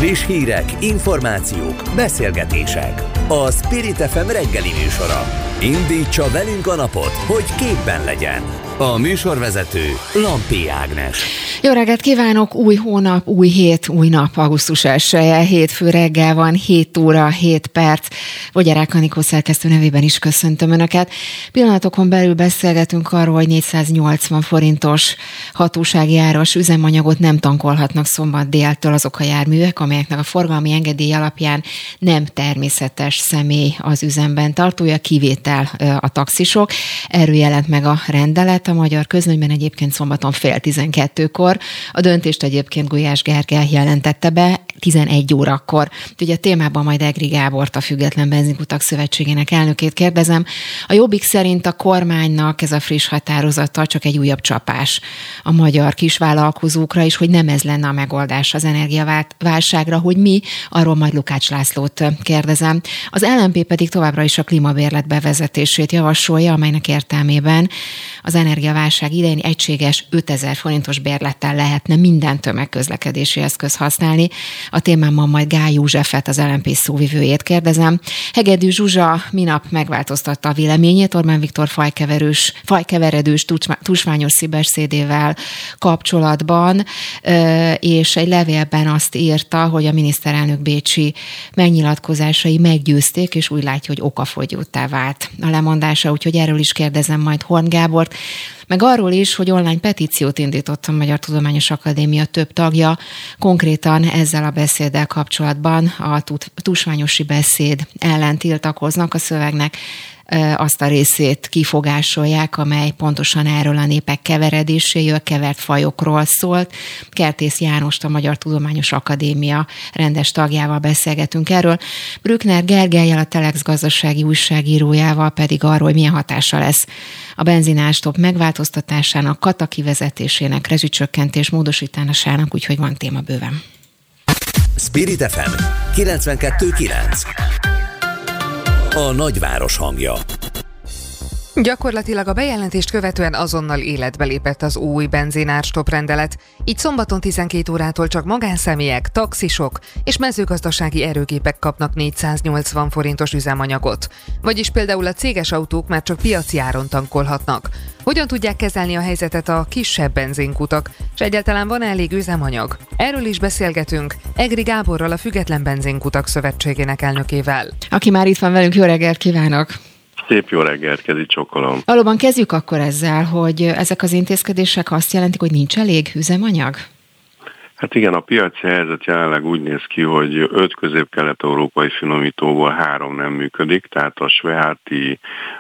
Friss hírek, információk, beszélgetések. A Spirit FM reggeli műsora. Indítsa velünk a napot, hogy képben legyen. A műsorvezető Lampi Ágnes. Jó reggelt kívánok! Új hónap, új hét, új nap, augusztus 1-e, hétfő reggel van, 7 óra, 7 perc. Vogyarák Anikó szerkesztő nevében is köszöntöm Önöket. Pillanatokon belül beszélgetünk arról, hogy 480 forintos hatósági áras üzemanyagot nem tankolhatnak szombat déltől azok a járművek, amelyeknek a forgalmi engedély alapján nem természetes személy az üzemben tartója, kivétel a taxisok. Erről jelent meg a rendelet a Magyar Közlönyben egyébként szombaton 11:12-kor. A döntést egyébként Gulyás Gergely jelentette be 11 órakor. Ugye a témában majd Egri Gábort, a Független Benzinkutak Szövetségének elnökét kérdezem. A Jobbik szerint a kormánynak ez a friss határozata csak egy újabb csapás a magyar kisvállalkozókra is, hogy nem ez lenne a megoldás az energiaválságra, hogy mi, arról majd Lukács Lászlót kérdezem. Az LMP pedig továbbra is a klímabérlet bevezetését javasolja, amelynek értelmében az energiaválság idején egységes 5000 forintos bérlettel lehetne minden tömegközlekedési eszköz használni. A témámban majd Gály Józsefet, az LMP szóvivőjét kérdezem. Hegedű Zsuzsa minap megváltoztatta a véleményét Orbán Viktor fajkeveredős tusványos szívbeszédével kapcsolatban, és egy levélben azt írta, hogy a miniszterelnök bécsi megnyilatkozásai meggyőzték, és úgy látja, hogy okafogyottá vált a lemondása, úgyhogy erről is kérdezem majd Horn Gábort, meg arról is, hogy online petíciót indított a Magyar Tudományos Akadémia több tagja, konkrétan ezzel a beszéddel kapcsolatban a tusványosi beszéd ellen tiltakoznak, a szövegnek azt a részét kifogásolják, amely pontosan erről a népek keveredéséről, kevert fajokról szólt. Kertész Jánost, a Magyar Tudományos Akadémia rendes tagjával beszélgetünk erről. Brückner Gergellyel, a Telex gazdasági újságírójával pedig arról, hogy milyen hatása lesz a benzinárstop megváltoztatásának, kata kivezetésének, rezsicsökkentés módosításának, úgyhogy van téma bőven. Spirit FM 92.9. A nagyváros hangja. Gyakorlatilag a bejelentést követően azonnal életbe lépett az új benzinárstop rendelet, így szombaton 12 órától csak magánszemélyek, taxisok és mezőgazdasági erőgépek kapnak 480 forintos üzemanyagot. Vagyis például a céges autók már csak piaci áron tankolhatnak. Hogyan tudják kezelni a helyzetet a kisebb benzinkutak, és egyáltalán van elég üzemanyag? Erről is beszélgetünk Egri Gáborral, a Független Benzinkutak Szövetségének elnökével. Aki már itt van velünk, jó reggelt kívánok! Szép jó reggelt, kezi csokolom. Valóban kezdjük akkor ezzel, hogy ezek az intézkedések azt jelentik, hogy nincs elég üzemanyag? Hát igen, a piaci helyzet jelenleg úgy néz ki, hogy 5 közép-kelet-európai finomítóból 3 nem működik, tehát a Sveháti,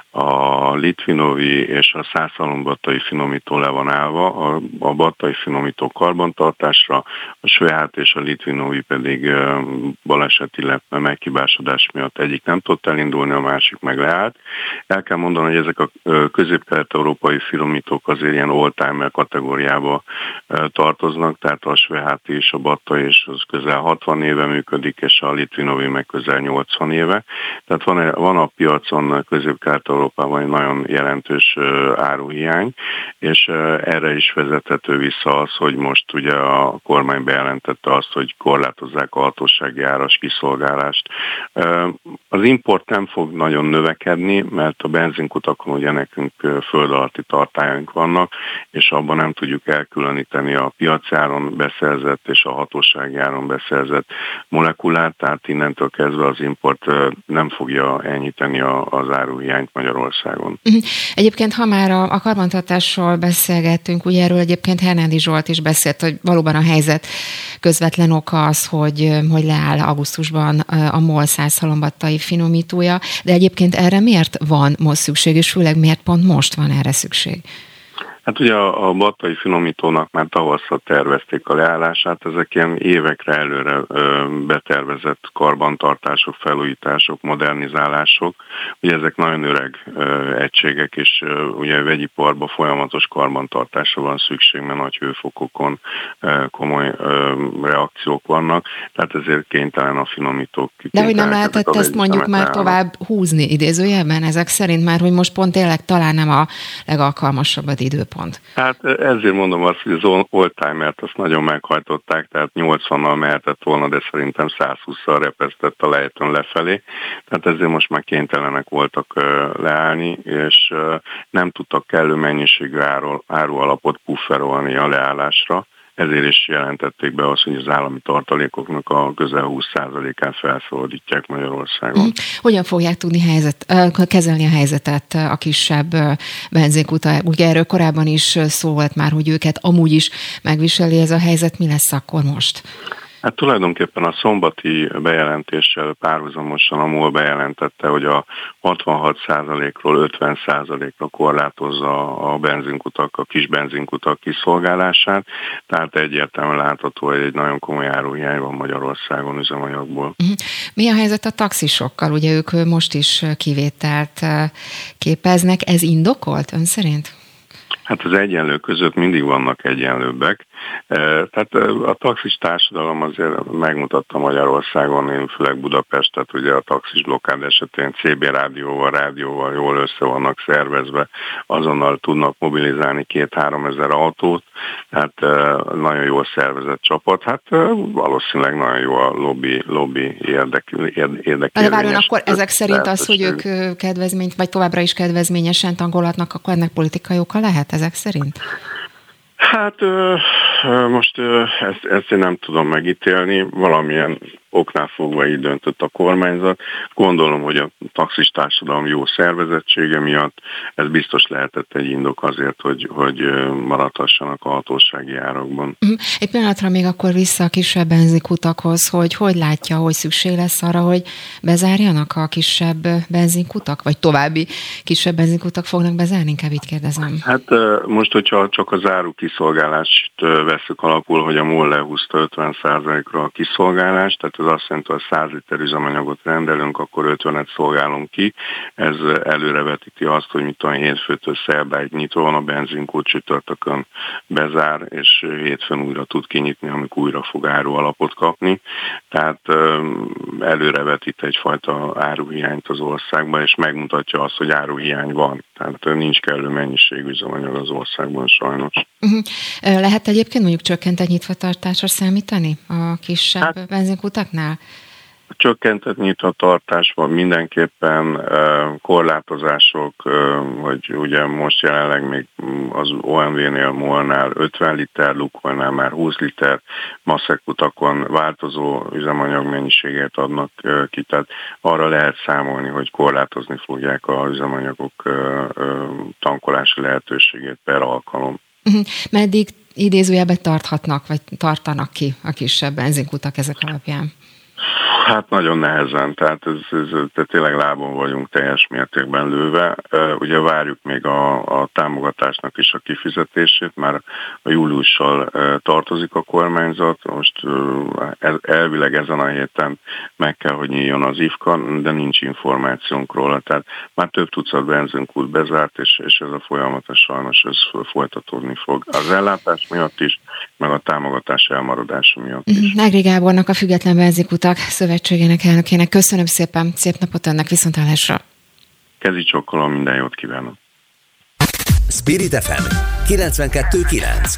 a Litvinovi és a Szászhalombattai finomító le van állva, a battai finomító karbantartásra, a Svehát és a Litvinovi pedig baleset, illetve meghibásodás miatt egyik nem tudott elindulni, a másik meg leállt. El kell mondani, hogy ezek a közép-kelet-európai finomítók azért ilyen oldtimer kategóriába tartoznak, tehát a Sveháti és a battai és az közel 60 éve működik, és a Litvinovi meg közel 80 éve. Tehát van a piacon közép-kelet-európai Európában egy nagyon jelentős áruhiány, és erre is vezethető vissza az, hogy most ugye a kormány bejelentette azt, hogy korlátozzák a hatósági áras kiszolgálást. Az import nem fog nagyon növekedni, mert a benzinkutakon ugye nekünk föld alatti tartályaink vannak, és abban nem tudjuk elkülöníteni a piaci áron beszerzett és a hatósági áron beszerzett molekulát, tehát innentől kezdve az import nem fogja enyhíteni az áruhiányt Magyarországon. Egyébként, ha már a karbantartásról beszélgettünk, ugye erről egyébként Hernádi Zsolt is beszélt, hogy valóban a helyzet közvetlen oka az, hogy leáll augusztusban a MOL Szászhalombattai finomítója, de egyébként erre miért van most szükség, és főleg miért pont most van erre szükség? Hát ugye a battai finomítónak már tavasszal tervezték a leállását, ezek ilyen évekre előre betervezett karbantartások, felújítások, modernizálások. Ugye ezek nagyon öreg egységek, és ugye vegyiparban folyamatos karbantartásra van szükség, mert nagy hőfokokon komoly reakciók vannak, tehát ezért kénytelen a finomítók. De hogy nem lehetett ezt mondjuk már tovább húzni idézőjelben ezek szerint már, hogy most pont tényleg talán nem a legalkalmasabb időpont szempont? Hát ezért mondom azt, hogy az oldtimert azt nagyon meghajtották, tehát 80-nal mehetett volna, de szerintem 120-szal repesztett a lejtőn lefelé. Tehát ezért most már kénytelenek voltak leállni, és nem tudtak kellő mennyiségű árualapot pufferolni a leállásra. Ezért is jelentették be azt, hogy az állami tartalékoknak a közel 20%-át felszabadítják Magyarországon. Hogyan fogják tudni kezelni a helyzetet a kisebb benzinkutak? Ugye erről korábban is szó volt már, hogy őket amúgy is megviseli ez a helyzet. Mi lesz akkor most? Hát tulajdonképpen a szombati bejelentéssel párhuzamosan a MOL bejelentette, hogy a 66%-ról 50%-ra korlátozza a benzinkutak, a kis benzinkutak kiszolgálását, tehát egyértelműen látható, hogy egy nagyon komoly áruhiány van Magyarországon üzemanyagból. Mi a helyzet a taxisokkal? Ugye ők most is kivételt képeznek. Ez indokolt ön szerint? Hát az egyenlők között mindig vannak egyenlőbbek. Tehát a taxis társadalom azért megmutatta Magyarországon, én főleg Budapestet, ugye a taxis blokkád esetén CB rádióval jól össze vannak szervezve, azonnal tudnak mobilizálni 2-3 ezer autót, tehát nagyon jól szervezett csapat, hát valószínűleg nagyon jó a lobby érdekérvényes. De várjon, akkor ezek szerint az, hogy ők kedvezményt, vagy továbbra is kedvezményesen tangolatnak, akkor ennek politikai oka lehet ezek szerint? Hát most ezt én nem tudom megítélni, valamilyen oknál fogva így döntött a kormányzat. Gondolom, hogy a taxis társadalom jó szervezettsége miatt ez biztos lehetett egy indok azért, hogy maradhassanak a hatósági árakban. Egy pillanatra még akkor vissza a kisebb benzinkutakhoz, hogy látja, hogy szükség lesz arra, hogy bezárjanak a kisebb benzinkutak, vagy további kisebb benzinkutak fognak bezárni? Inkább így kérdezem. Hát most, hogyha csak az áru kiszolgálást veszük alapul, hogy a MOL lehúzta 50%-ra a kiszolgálást, tehát ez azt jelenti, hogy 100 liter üzemanyagot rendelünk, akkor 50-et szolgálunk ki. Ez előrevetíti azt, hogy mit tudom, hétfőtől szerdáig nyitva van a benzinkút, csütörtökön bezár, és hétfőn újra tud kinyitni, amikor újra fog árualapot kapni. Tehát előrevetít egyfajta áruhiányt az országban, és megmutatja azt, hogy áruhiány van. Tehát nincs kellő mennyiségű üzemanyag az országban sajnos. Lehet egyébként mondjuk csökkentett nyitvatartásra számítani a kisebb benzinkutaknál? Csökkentett nyitvatartás van mindenképpen, korlátozások, hogy ugye most jelenleg még az OMV-nél, MOL-nál 50 liter, Lukoilnál már 20 liter, masszekutakon változó üzemanyag mennyiséget adnak ki, tehát arra lehet számolni, hogy korlátozni fogják az üzemanyagok tankolási lehetőségét per alkalom. Meddig idézőjelben tarthatnak, vagy tartanak ki a kisebb benzinkutak ezek alapján? Hát nagyon nehezen, tehát tényleg lábon vagyunk teljes mértékben lőve. Ugye várjuk még a támogatásnak is a kifizetését, már a júliussal tartozik a kormányzat, most elvileg ezen a héten meg kell, hogy nyíljon az IFKA, de nincs információnk róla, tehát már több tucat benzinkút bezárt, és ez a folyamat sajnos folytatódni fog. Az ellátás miatt is, meg a támogatás elmaradása miatt is. Negri Gábornak, a Független Benzinkutak Szövetségének elnökének köszönöm szépen, szép napot önnek, viszontlátásra! Kezi csokkolom, minden jót kívánok! Spirit FM 92.9.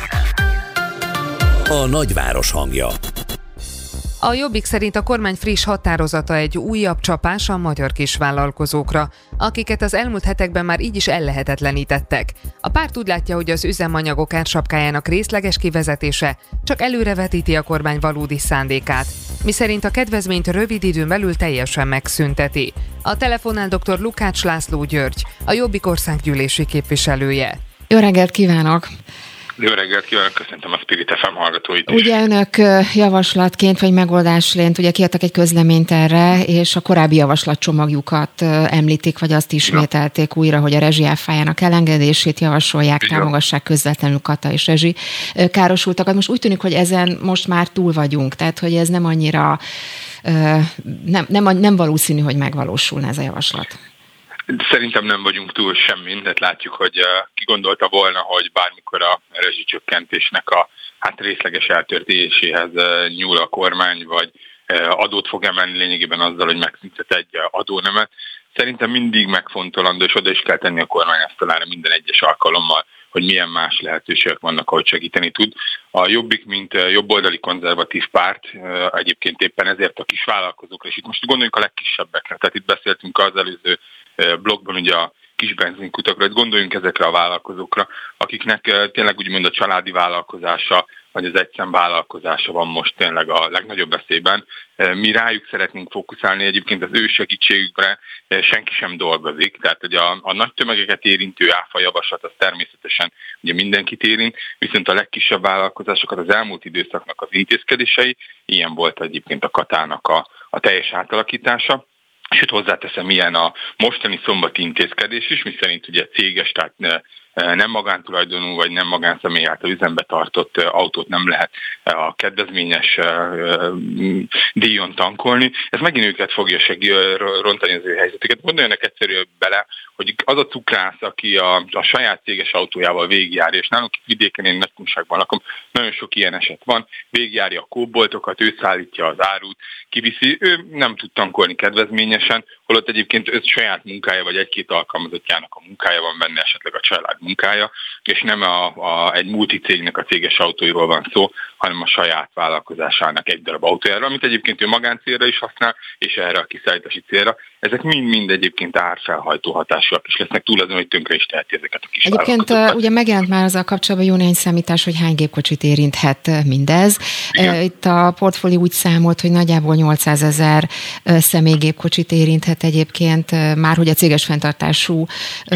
A nagyváros hangja. A Jobbik szerint a kormány friss határozata egy újabb csapás a magyar kisvállalkozókra, akiket az elmúlt hetekben már így is ellehetetlenítettek. A párt úgy látja, hogy az üzemanyagok ársapkájának részleges kivezetése csak előrevetíti a kormány valódi szándékát, miszerint a kedvezményt rövid időn belül teljesen megszünteti. A telefonnál dr. Lukács László György, a Jobbik országgyűlési képviselője. Jó reggelt kívánok! Jó reggelt kívánok, köszöntöm a Spirit FM hallgatóit is. Ugye önök javaslatként, vagy megoldásként ugye kiadtak egy közleményt erre, és a korábbi javaslatcsomagjukat említik, vagy azt ismételték újra, hogy a rezsiáfájának elengedését javasolják, támogassák közvetlenül kata és rezsi károsultakat. Most úgy tűnik, hogy ezen most már túl vagyunk, tehát hogy ez nem annyira, nem valószínű, hogy megvalósulna ez a javaslat. Szerintem nem vagyunk túl semmin, de látjuk, hogy ki gondolta volna, hogy bármikor a rezsicsökkentésnek a részleges eltörtéséhez nyúl a kormány, vagy adót fog emelni lényegében azzal, hogy megszüntet egy adónemet. Szerintem mindig megfontolandó, és oda is kell tenni a kormány asztalára minden egyes alkalommal, milyen más lehetőségek vannak, ahogy segíteni tud. A Jobbik, mint jobboldali konzervatív párt egyébként éppen ezért a kisvállalkozókra, és itt most gondoljunk a legkisebbekre, tehát itt beszéltünk az előző blogban ugye a kis benzinkutakra, gondoljunk ezekre a vállalkozókra, akiknek tényleg úgymond a családi vállalkozása, vagy az egyszem vállalkozása van most tényleg a legnagyobb veszélyben. Mi rájuk szeretnénk fókuszálni, egyébként az ő segítségükre senki sem dolgozik, tehát hogy a nagy tömegeket érintő áfa javaslat az természetesen ugye mindenkit érint, viszont a legkisebb vállalkozásokat az elmúlt időszaknak az intézkedései, ilyen volt egyébként a katának a teljes átalakítása. Sőt, hozzáteszem, ilyen a mostani szombati intézkedés is, miszerint ugye céges, tehát nem magántulajdonú vagy nem magánszemély által üzembe tartott autót nem lehet a kedvezményes díjon tankolni. Ez megint őket fogja rontani az ő helyzetüket. Gondoljanak egyszerűen bele, hogy az a cukrász, aki a saját céges autójával végigjárja, és nálunk vidéken, én Nagykunságban lakom, nagyon sok ilyen eset van, végigjárja a kóboltokat, ő szállítja az árut, kiviszi, ő nem tud tankolni kedvezményesen, holott egyébként saját munkája, vagy egy-két alkalmazottjának a munkája van benne, esetleg a család munkája, és nem egy multicégnek a céges autóiról van szó, hanem a saját vállalkozásának egy darab autójára, amit egyébként ő magáncélra is használ, és erre a kiszállítási célra. Ezek mind egyébként árfelhajtó hatásúak is lesznek, túl azon, hogy tönkre is teheti ezeket a kis Egyébként ugye megjelent már azzal kapcsolatban jó néhány számítás, hogy hány gépkocsit érinthet mindez. Igen. Itt a portfólió úgy számolt, hogy nagyjából 800 000 személygépkocsit érinthet egyébként, már hogy a céges fenntartású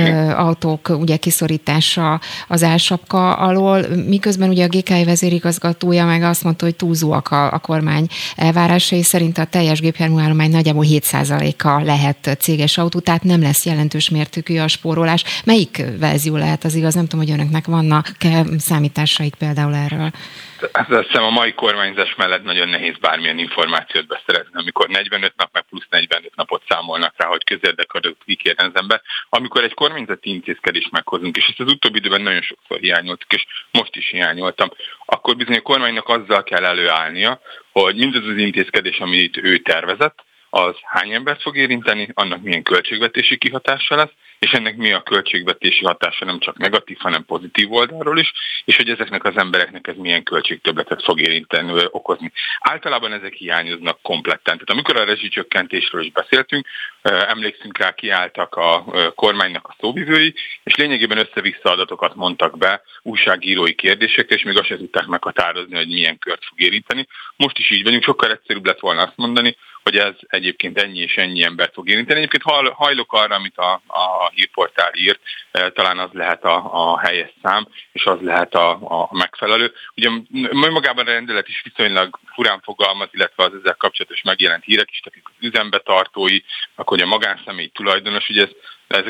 autók ugye kiszorítása az álsapka alól, miközben ugye a GKI vezérigazgatója meg azt mondta, hogy túlzóak a kormány elvárásai szerint a teljes gépjárműállomány nagyjából 7%-a lehet céges autó, tehát nem lesz jelentős mértékű a spórolás. Melyik verzió lehet az igaz? Nem tudom, hogy önöknek vannak számításaik például erről. Azt hiszem, a mai kormányzás mellett nagyon nehéz bármilyen információt beszerezni, amikor 45 nap meg plusz 45 napot számolnak rá, hogy közérdekadót kikérdezzem be. Amikor egy kormányzati intézkedést meghozunk, és ezt az utóbbi időben nagyon sokszor hiányoltuk, és most is hiányoltam, akkor bizony a kormánynak azzal kell előállnia, hogy mindaz az intézkedés, amit ő tervezett, az hány embert fog érinteni, annak milyen költségvetési kihatása lesz, és ennek mi a költségvetési hatása nem csak negatív, hanem pozitív oldalról is, és hogy ezeknek az embereknek ez milyen költségtöbbletet fog érinteni, okozni. Általában ezek hiányoznak kompletten. Tehát amikor a rezsicsökkentésről is beszéltünk, emlékszünk rá, kiálltak a kormánynak a szóvivői, és lényegében össze-vissza adatokat mondtak be újságírói kérdésekre, és még azt sem tudták meghatározni, hogy milyen kört fog érinteni. Most is így vagyunk, sokkal egyszerűbb lett volna azt mondani, hogy ez egyébként ennyi és ennyi embert fog érinteni. Egyébként hajlok arra, amit a hírportál írt, talán az lehet a helyes szám, és az lehet a megfelelő. Ugye magában a rendelet is viszonylag furán fogalmaz, illetve az ezzel kapcsolatos megjelent hírek is, tehát az üzembetartói, akkor a magánszemély tulajdonos, ugye ez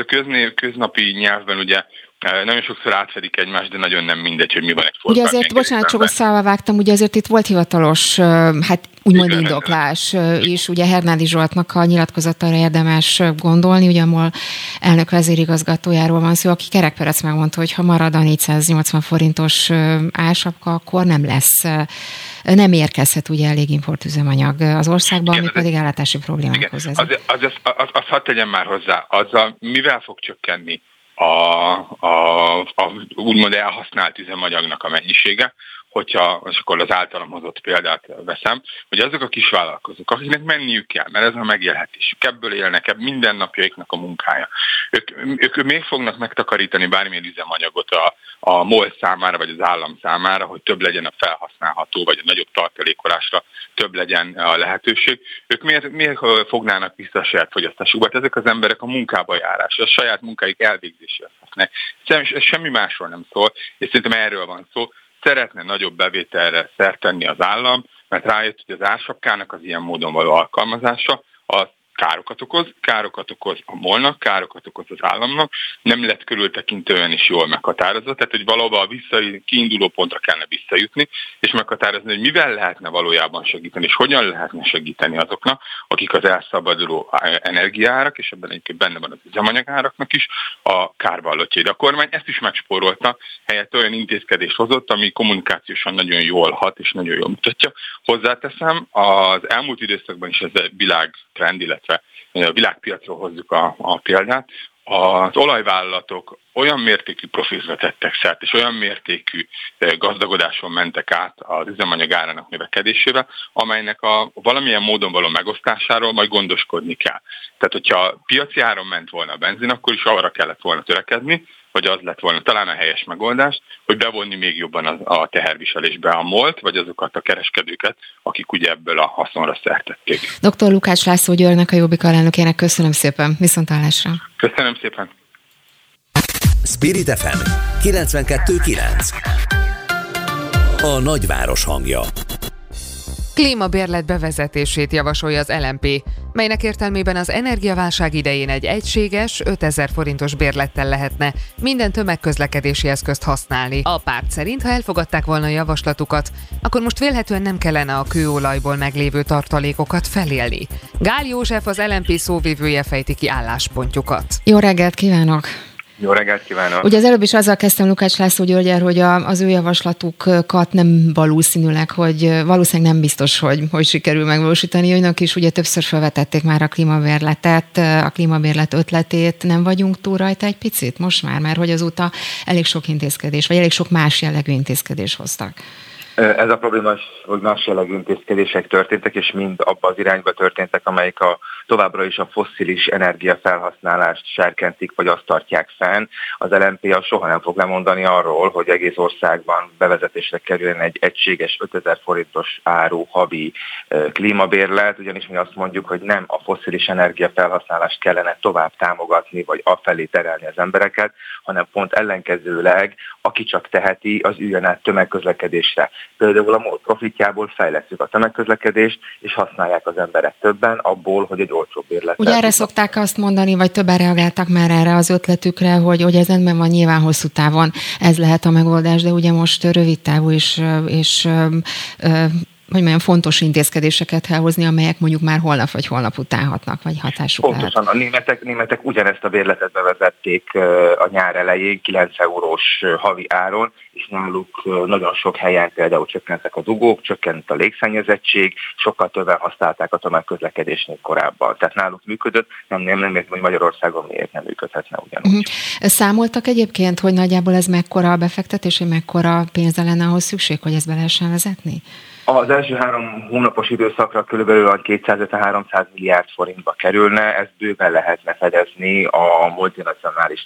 a köznapi nyelvben ugye nagyon sokszor átfedik egymást, de nagyon nem mindegy, hogy mi van egy forgalmi. Ugye azért, bocsánat, csak szálva vágtam, ugye azért itt volt hivatalos, hát úgymond indoklás is, ugye Hernádi Zsoltnak a nyilatkozatára érdemes gondolni, ugye a MOL elnök vezérigazgatójáról van szó, aki kerekperec megmondta, hogy ha marad a 480 forintos álsapka, akkor nem érkezhet ugye elég importüzemanyag az országban, ami pedig ellátási problémákhoz vezet. Azt hadd tegyem már hozzá, azzal mivel fog csökkenni úgymond elhasznált üzemanyagnak a mennyisége, hogyha, és akkor az általam hozott példát veszem, hogy azok a kisvállalkozók, akiknek menniük kell, mert ez a megélhetésük, ebből élnek, mindennapjaiknak a munkája. Ők még fognak megtakarítani bármilyen üzemanyagot a MOL számára, vagy az állam számára, hogy több legyen a felhasználható, vagy a nagyobb tartalékolásra több legyen a lehetőség. Ők miért fognának vissza a saját fogyasztásukba? Ezek az emberek a munkába járásra, a saját munkáik elvégzéséhez használják. Ez semmi másról nem szól, és szerintem erről van szó. Szeretne nagyobb bevételre szert tenni az állam, mert rájött, hogy az ársapkának az ilyen módon való alkalmazása az károkat okoz a MOL-nak, károkat okoz az államnak, nem lett körültekintően is jól meghatározva, tehát hogy valóban a kiinduló pontra kellene visszajutni, és meghatározni, hogy mivel lehetne valójában segíteni, és hogyan lehetne segíteni azoknak, akik az elszabaduló energiaárak, és ebben egyébként benne van az üzemanyagáraknak is, a kárvallottjai. De a kormány ezt is megspórolta, helyett olyan intézkedést hozott, ami kommunikációsan nagyon jól hat, és nagyon jól mutatja. Hozzáteszem, az elmúlt időszakban is ez a világtrend, illetve a világpiacról hozzuk a példát. az olajvállalatok olyan mértékű profitra tettek szert, és olyan mértékű gazdagodáson mentek át az üzemanyag árának növekedésével, amelynek a valamilyen módon való megosztásáról majd gondoskodni kell. Tehát, hogyha piaci áron ment volna a benzin, akkor is arra kellett volna törekedni, vagy az lett volna talán a helyes megoldás, hogy bevonni még jobban a teherviselésbe a MOL-t, vagy azokat a kereskedőket, akik ugye ebből a haszonra szert tették. Dr. Lukács László Győrnek, a Jobbik alelnökének köszönöm szépen, viszonthallásra. Köszönöm szépen. Spirit FM 92.9. A nagyváros hangja. Klímabérlet bevezetését javasolja az LMP, melynek értelmében az energiaválság idején egy egységes 5000 forintos bérlettel lehetne minden tömegközlekedési eszközt használni. A párt szerint, ha elfogadták volna a javaslatukat, akkor most vélhetően nem kellene a kőolajból meglévő tartalékokat felélni. Gál József, az LMP szóvivője fejti ki álláspontjukat. Jó reggelt kívánok! Jó reggelt kívánok! Ugye az előbb is azzal kezdtem Lukács László Györgyel, hogy az ő javaslatukat nem valószínűleg nem biztos, hogy sikerül megvalósítani. Önök is ugye többször felvetették már a klímabérletet, a klímabérlet ötletét. Nem vagyunk túl rajta egy picit most már, mert hogy azóta elég sok intézkedés, vagy elég sok más jellegű intézkedés hoztak. Ez a probléma, hogy más jellegű intézkedések történtek, és mind abba az irányba történtek, amelyik továbbra is a fosszilis energiafelhasználást serkentik, vagy azt tartják fenn. Az LMP soha nem fog lemondani arról, hogy egész országban bevezetésre kerüljön egy egységes 5000 forintos áru havi klímabérlet, ugyanis mi azt mondjuk, hogy nem a fosszilis energiafelhasználást kellene tovább támogatni, vagy afelé terelni az embereket, hanem pont ellenkezőleg, aki csak teheti, az üljön át tömegközlekedésre. Például a MOL profitjából fejlesztjük a tömegközlekedést, és használják az emberek többen abból, hogy egy olcsóbb bérlet. Ugye erre szokták azt mondani, vagy többen reagáltak már erre az ötletükre, hogy ez rendben van, nyilván hosszú távon ez lehet a megoldás, de ugye most rövid távú és hogy mondjam, fontos intézkedéseket kell hozni, amelyek mondjuk már holnap vagy holnap után hatnak, vagy hatásuk lehet. Pontosan, a németek ugyanezt a bérletet bevezették a nyár elején 9 eurós havi áron, és náluk nagyon sok helyen például csökkentek a dugók, csökkent a légszennyezettség, sokkal többen használták a tömegközlekedésnél korábban. Tehát náluk működött, nem értem, hogy Magyarországon miért nem működhetne ugyanúgy. Számoltak egyébként, hogy nagyjából ez mekkora a befektetés, hogy mekkora pénze lenne ahhoz szükség, hogy ezt be lehessen vezetni? Az első 3 hónapos időszakra kb. 250-300 milliárd forintba kerülne, ezt bőven lehetne fedezni a multinacionális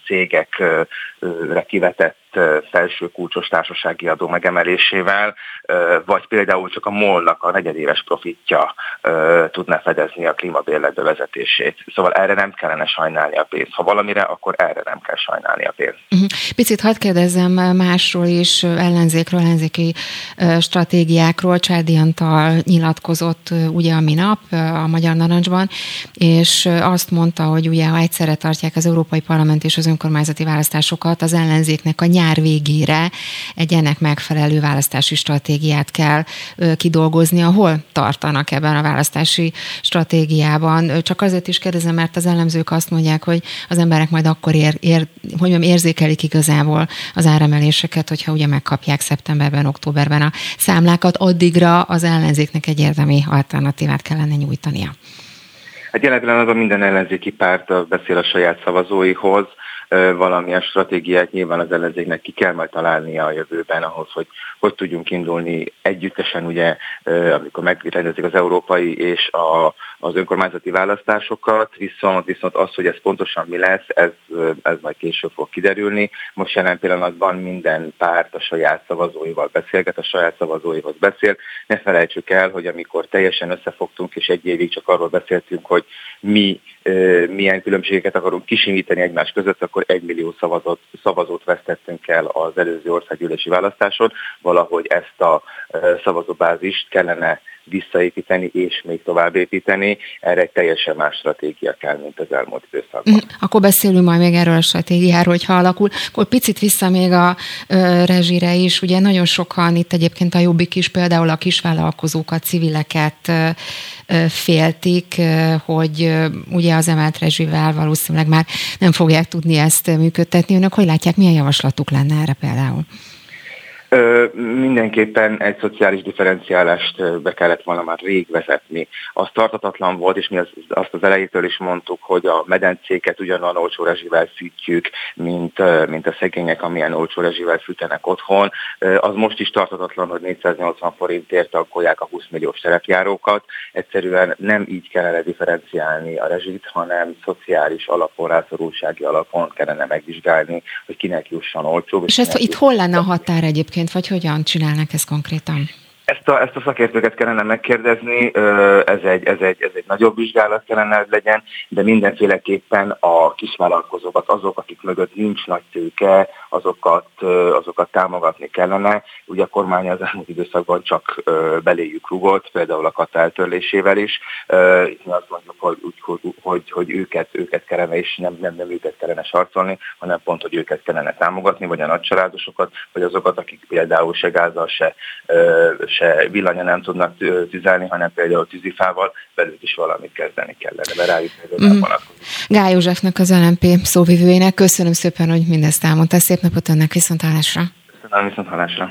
cégekre kivetett felső kulcsos társasági adó megemelésével, vagy például csak a MOL-nak a negyedéves profitja tudná fedezni a klímabérlet bevezetését. Szóval erre nem kellene sajnálni a pénzt. Ha valamire, akkor erre nem kell sajnálni a pénzt. Picit hadd kérdezzem másról is, ellenzéki stratégiákról. Csádi Antal nyilatkozott ugye a minap a Magyar Narancsban, és azt mondta, hogy ugye ha egyszerre tartják az Európai Parlament és az önkormányzati választásokat, az ellenzéknek a nyár végére egy ennek megfelelő választási stratégiát kell kidolgozni. Hol tartanak ebben a választási stratégiában? Csak azért is kérdezem, mert az elemzők azt mondják, hogy az emberek majd akkor érzékelik igazából az áremeléseket, hogyha ugye megkapják szeptemberben, októberben a számlákat, addigra az ellenzéknek egy érdemi alternatívát kellene nyújtania. Hát jelen pillanatban minden ellenzéki párt beszél a saját szavazóihoz, valamilyen stratégiát nyilván az ellenzéknek ki kell majd találnia a jövőben ahhoz, hogy tudjunk indulni együttesen, ugye, amikor megrendezik az európai és az önkormányzati választásokat, viszont az, hogy ez pontosan mi lesz, ez majd később fog kiderülni. Most jelen pillanatban minden párt a saját szavazóival beszélget, a saját szavazóihoz beszél. Ne felejtsük el, hogy amikor teljesen összefogtunk, és egy évig csak arról beszéltünk, hogy mi milyen különbségeket akarunk kisimítani egymás között, akkor 1 millió szavazót vesztettünk el az előző országgyűlési választáson. Valahogy ezt a szavazóbázist kellene visszaépíteni és még tovább építeni. Erre egy teljesen más stratégia kell, mint az elmúlt időszakban. Akkor beszélünk majd még erről a stratégiáról, hogyha alakul. Akkor picit vissza még a rezsire is. Ugye nagyon sokan itt egyébként a Jobbik is, például a kisvállalkozókat, civileket féltik, hogy ugye az emelt rezsivel valószínűleg már nem fogják tudni ezt működtetni. Önök hogy látják, milyen javaslatuk lenne erre például? Mindenképpen egy szociális differenciálást be kellett volna már rég vezetni. Az tarthatatlan volt, és mi azt az elejétől is mondtuk, hogy a medencéket ugyanolyan olcsó rezsivel fűtjük, mint a szegények, amilyen olcsó rezsivel fűtenek otthon. Az most is tarthatatlan, hogy 480 forintért tankolják a 20 milliós terepjárókat. Egyszerűen nem így kellene differenciálni a rezsit, hanem szociális alapon, rászorultsági alapon kellene megvizsgálni, hogy kinek jusson olcsóbb. És itt hol lenne a határ egyébként, vagy hogyan csinálnak ezt konkrétan? Ezt a szakértőket kellene megkérdezni, ez egy nagyobb vizsgálat kellene, hogy legyen, de mindenféleképpen a kisvállalkozókat, azok, akik mögött nincs nagy tőke, azokat támogatni kellene. Ugye a kormány az elmúlt időszakban csak beléjük rugott, például a KATA eltörlésével is. Mi azt mondjuk, hogy őket kellene, és nem őket kellene sarcolni, hanem pont, hogy őket kellene támogatni, vagy a nagycsaládosokat, vagy azokat, akik például se gázzal, se villanya nem tudnak tüzelni, hanem például tűzifával, velük is valamit kezdeni kellene, mert rájuk például vonatkozik. Gál Józsefnek, az LMP szóvivőjének köszönöm szépen, hogy mindezt elmondta. Szép napot önnek, viszonthallásra. Köszönöm, viszonthallásra.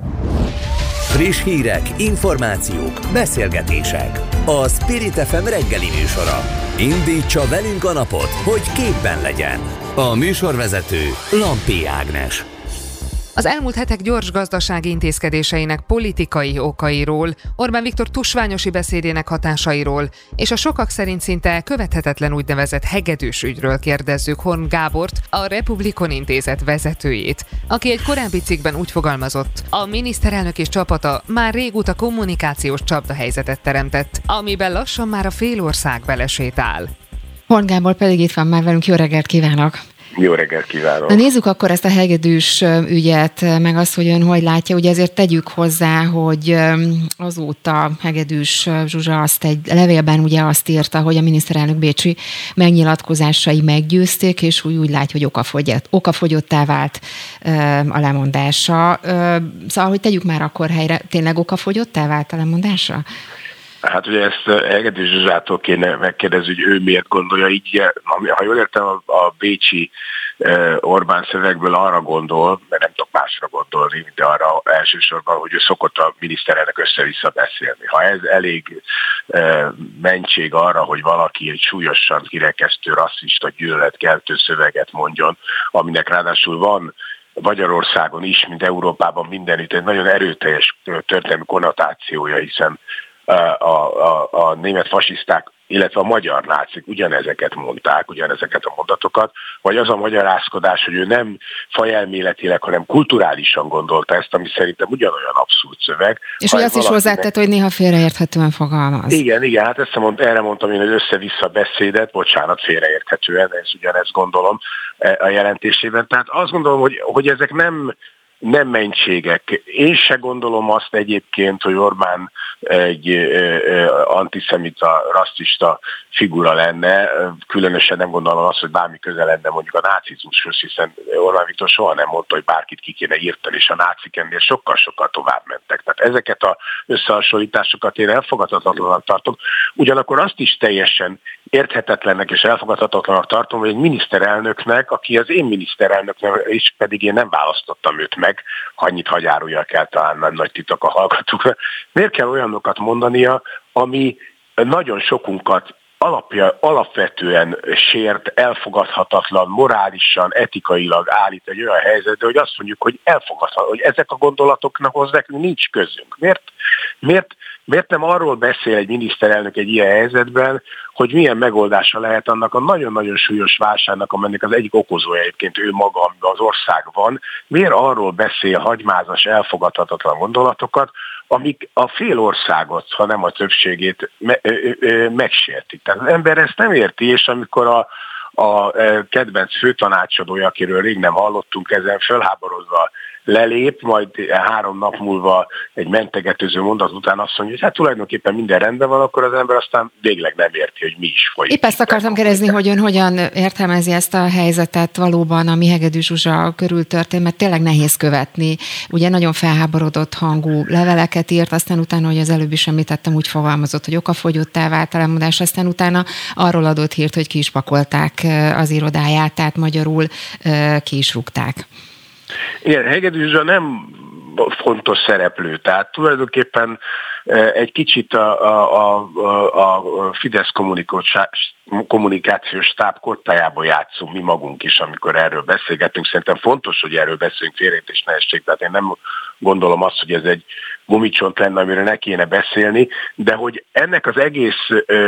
Friss hírek, információk, beszélgetések. A Spirit FM reggeli műsora. Indítsa velünk a napot, hogy képben legyen. A műsorvezető Lampi Ágnes. Az elmúlt hetek gyors gazdasági intézkedéseinek politikai okairól, Orbán Viktor tusványosi beszédének hatásairól és a sokak szerint szinte követhetetlen úgynevezett hegedűs ügyről kérdezzük Horn Gábort, a Republikon Intézet vezetőjét, aki egy korábbi cikkben úgy fogalmazott: a miniszterelnök és csapata már régóta kommunikációs csapdahelyzetet teremtett, amiben lassan már a fél ország belesétál. Horn Gábor pedig itt van már velünk, jó reggelt kívánok! Jó reggelt kívánok! Na nézzük akkor ezt a hegedűs ügyet, meg azt, hogy ön hogy látja. Ugye ezért tegyük hozzá, hogy azóta Hegedűs Zsuzsa azt egy levélben ugye azt írta, hogy a miniszterelnök bécsi megnyilatkozásai meggyőzték, és úgy látja, hogy okafogyottá vált a lemondása. Szóval, hogy tegyük már akkor helyre, tényleg okafogyottá vált a lemondása? Hát ugye ezt Hegedűs Zsuzsától kéne megkérdezni, hogy ő miért gondolja így. Ha jól értem, a bécsi Orbán szövegből arra gondol, mert nem tudok másra gondolni, de arra elsősorban, hogy ő szokott a miniszterelnök össze-vissza beszélni. Ha ez elég mentség arra, hogy valaki egy súlyosan kirekesztő, rasszista, gyűlöletkeltő szöveget mondjon, aminek ráadásul van Magyarországon is, mint Európában mindenütt egy nagyon erőteljes történelmi konnotációja, hiszen a német fasiszták, illetve a magyar nácik ugyanezeket mondták, ugyanezeket a mondatokat, vagy az a magyarázkodás, hogy ő nem fajelméletileg, hanem kulturálisan gondolta ezt, ami szerintem ugyanolyan abszurd szöveg. És hogy azt is hozzátett, hogy néha félreérthetően fogalmaz. Igen, hát erre mondtam én, hogy össze-vissza beszédet, bocsánat, félreérthetően, ugyanezt gondolom a jelentésében. Tehát azt gondolom, hogy ezek nem mentségek. Én se gondolom azt egyébként, hogy Orbán egy antiszemita, rasszista figura lenne, különösen nem gondolom azt, hogy bármi köze lenne mondjuk a nácizmushoz, hiszen Orbán Viktor soha nem mondta, hogy bárkit ki kéne írtani, és a nácik ennél sokkal-sokkal tovább mentek. Tehát ezeket az összehasonlításokat én elfogadhatatlanak tartom. Ugyanakkor azt is teljesen érthetetlennek és elfogadhatatlanak tartom, hogy egy miniszterelnöknek, aki az én miniszterelnöknek, és pedig én nem választottam őt meg, annyit hagyáruljak el, talán nem nagy titok a hallgatóknak, miért kell olyanokat mondania, ami nagyon sokunkat alapvetően sért, elfogadhatatlan, morálisan, etikailag állít egy olyan helyzetbe, hogy azt mondjuk, hogy elfogadhatatlan, hogy ezek a gondolatoknak nekünk nincs közünk. Miért nem arról beszél egy miniszterelnök egy ilyen helyzetben, hogy milyen megoldása lehet annak a nagyon-nagyon súlyos válságnak, amelynek az egyik okozója egyébként ő maga, amiben az ország van, miért arról beszél hagymázas, elfogadhatatlan gondolatokat, amik a fél országot, ha nem a többségét megsértik. Tehát az ember ezt nem érti, és amikor a kedvenc főtanácsadója, akiről rég nem hallottunk, ezen fölháborodva lelép, majd 3 nap múlva egy mentegetőző mondat után azt mondja, hogy hát tulajdonképpen minden rendben van, akkor az ember aztán végleg nem érti, hogy mi is folyik. Épp ezt akartam kérdezni, hogy ön hogyan értelmezi ezt a helyzetet valóban, ami Hegedűs Zsuzsa körül történt, mert tényleg nehéz követni. Ugye nagyon felháborodott hangú leveleket írt, aztán utána, hogy az előbb is említettem, úgy fogalmazott, hogy okafogyottá vált a lemondás, aztán utána arról adott hírt, hogy ki is pakolták az irodáját, tehát magyarul ki is rúgták. Igen, Hegedűs Zsuzsa nem fontos szereplő. Tehát tulajdonképpen egy kicsit a Fidesz kommunikációs stáb kottájából játszunk mi magunk is, amikor erről beszélgetünk. Szerintem fontos, hogy erről beszélünk, félreértés ne essék. Tehát én nem gondolom azt, hogy ez egy gumicsont lenne, amiről ne kéne beszélni, de hogy ennek az egész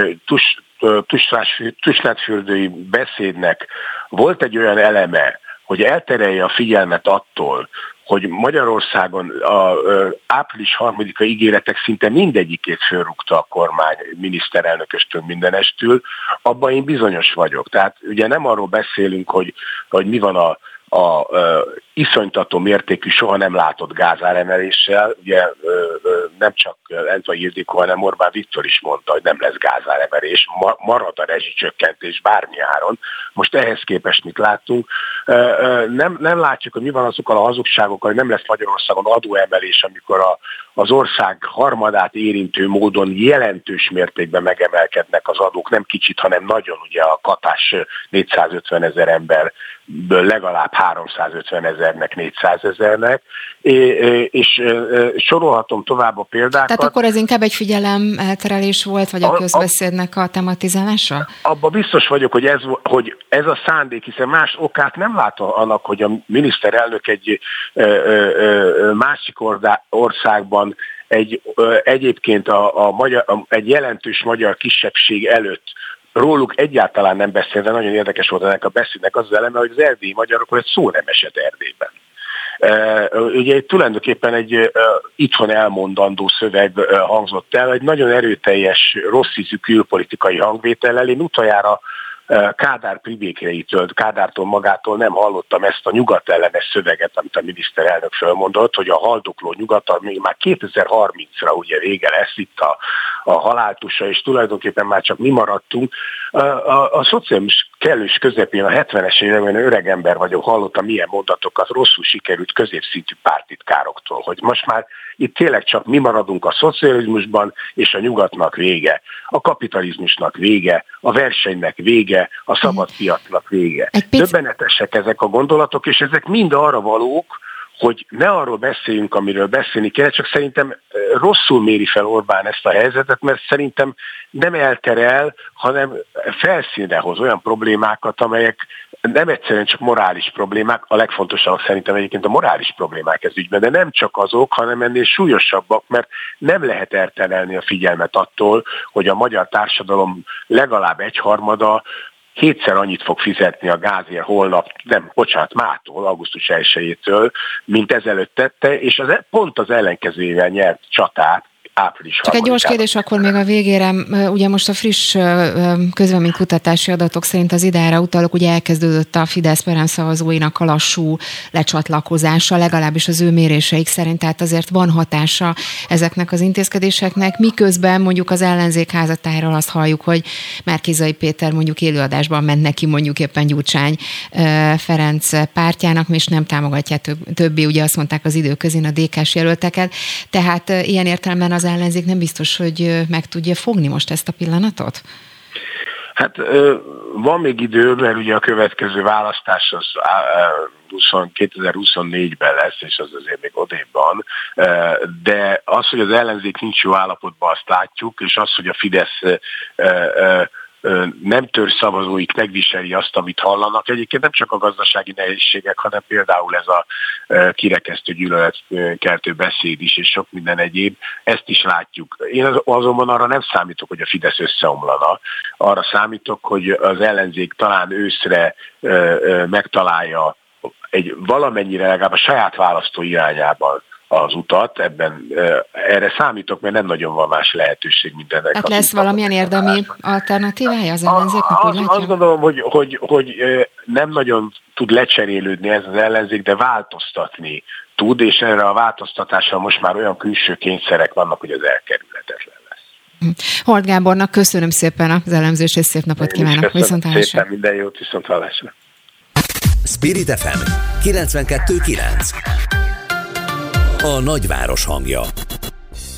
tusnádfürdői beszédnek volt egy olyan eleme, hogy elterelje a figyelmet attól, hogy Magyarországon az április 3-a ígéretek szinte mindegyikét fölrúgta a kormány miniszterelnököstől mindenestül, abban én bizonyos vagyok. Tehát ugye nem arról beszélünk, hogy mi van a iszonytató mértékű, soha nem látott gázáremeléssel, ugye nem csak Entvai Ildikó, hanem Orbán Viktor is mondta, hogy nem lesz gázáremelés, marad a rezsicsökkentés bármi áron. Most ehhez képest mit láttunk? Nem látjuk, hogy mi van azokkal a hazugságokkal, hogy nem lesz Magyarországon adóemelés, amikor az ország harmadát érintő módon jelentős mértékben megemelkednek az adók, nem kicsit, hanem nagyon, ugye a katás 450 000 emberből legalább 350 000-nek, 400 000-nek, és sorolhatom tovább a példákat. Tehát akkor ez inkább egy figyelemelterelés volt, vagy a közbeszédnek a tematizálása? Abba biztos vagyok, hogy ez a szándék, hiszen más okát nem lát annak, hogy a miniszterelnök egy másik országban egyébként egy jelentős magyar kisebbség előtt róluk egyáltalán nem beszél, de nagyon érdekes volt ennek a beszédnek az eleme, hogy az erdélyi magyarokról egy szó nem esett Erdélyben. Ugye tulajdonképpen egy itthon elmondandó szöveg hangzott el, egy nagyon erőteljes, rossz ízű külpolitikai hangvétellel. Én utoljára Kádár pribékeitől, Kádártól magától nem hallottam ezt a nyugatellenes szöveget, amit a miniszterelnök fölmondott, hogy a haldokló nyugat, még már 2030-ra ugye vége lesz itt a haláltusa, és tulajdonképpen már csak mi maradtunk. A szociális kellős közepén a 70-es években öreg ember vagyok, hallottam milyen mondatokat rosszul sikerült középszintű pártitkároktól, hogy most már itt tényleg csak mi maradunk a szocializmusban, és a nyugatnak vége, a kapitalizmusnak vége, a versenynek vége, a szabad piacnak vége. Döbbenetesek ezek a gondolatok, és ezek mind arra valók, hogy ne arról beszéljünk, amiről beszélni kell, csak szerintem rosszul méri fel Orbán ezt a helyzetet, mert szerintem nem elterel, hanem felszínre hoz olyan problémákat, amelyek nem egyszerűen csak morális problémák, a legfontosabb szerintem egyébként a morális problémák ez ügyben, de nem csak azok, hanem ennél súlyosabbak, mert nem lehet elterelni a figyelmet attól, hogy a magyar társadalom legalább 1/3 7-szer annyit fog fizetni a gázért holnap, mától, augusztus 1-től, mint ezelőtt tette, és pont az ellenkezőjével nyert csatát április 3-án. Csak egy gyors kérdés akkor még a végére. Ugye most a friss közvéleménykutatási adatok szerint az idára utalok, ugye elkezdődött a Fidesz-Perem szavazóinak a lassú lecsatlakozása, legalábbis az ő méréseik szerint, tehát azért van hatása ezeknek az intézkedéseknek, miközben mondjuk az ellenzék házatájáról azt halljuk, hogy Márki-Zay Péter mondjuk élőadásban ment neki mondjuk éppen Gyurcsány Ferenc pártjának, és nem támogatják többé, ugye azt mondták az időközén a DK-s jelölteket, tehát ilyen értelemben az ellenzék nem biztos, hogy meg tudja fogni most ezt a pillanatot? Hát van még idő, mert ugye a következő választás az 2024-ben lesz, és az azért még odébb van, de az, hogy az ellenzék nincs jó állapotban, azt látjuk, és az, hogy a Fidesz nem tör szavazóik megviseli azt, amit hallanak. Egyébként nem csak a gazdasági nehézségek, hanem például ez a kirekesztő gyűlöletkeltő beszéd is, és sok minden egyéb. Ezt is látjuk. Én azonban arra nem számítok, hogy a Fidesz összeomlana. Arra számítok, hogy az ellenzék talán őszre megtalálja valamennyire legalább a saját választó irányában az utat, erre számítok, mert nem nagyon van más lehetőség mindennek. Hát lesz valamilyen érdemi alternatívája az ellenzéknek, úgy látja? Azt gondolom, hogy nem nagyon tud lecserélődni ez az ellenzék, de változtatni tud, és erre a változtatásra most már olyan külső kényszerek vannak, hogy az elkerülhetetlen lesz. Holt Gábornak köszönöm szépen az elemzést, és szép napot kívánok. Viszonthallásra. Szépen, minden jót, viszonthallásra. Spirit FM 92.9. A nagyváros hangja.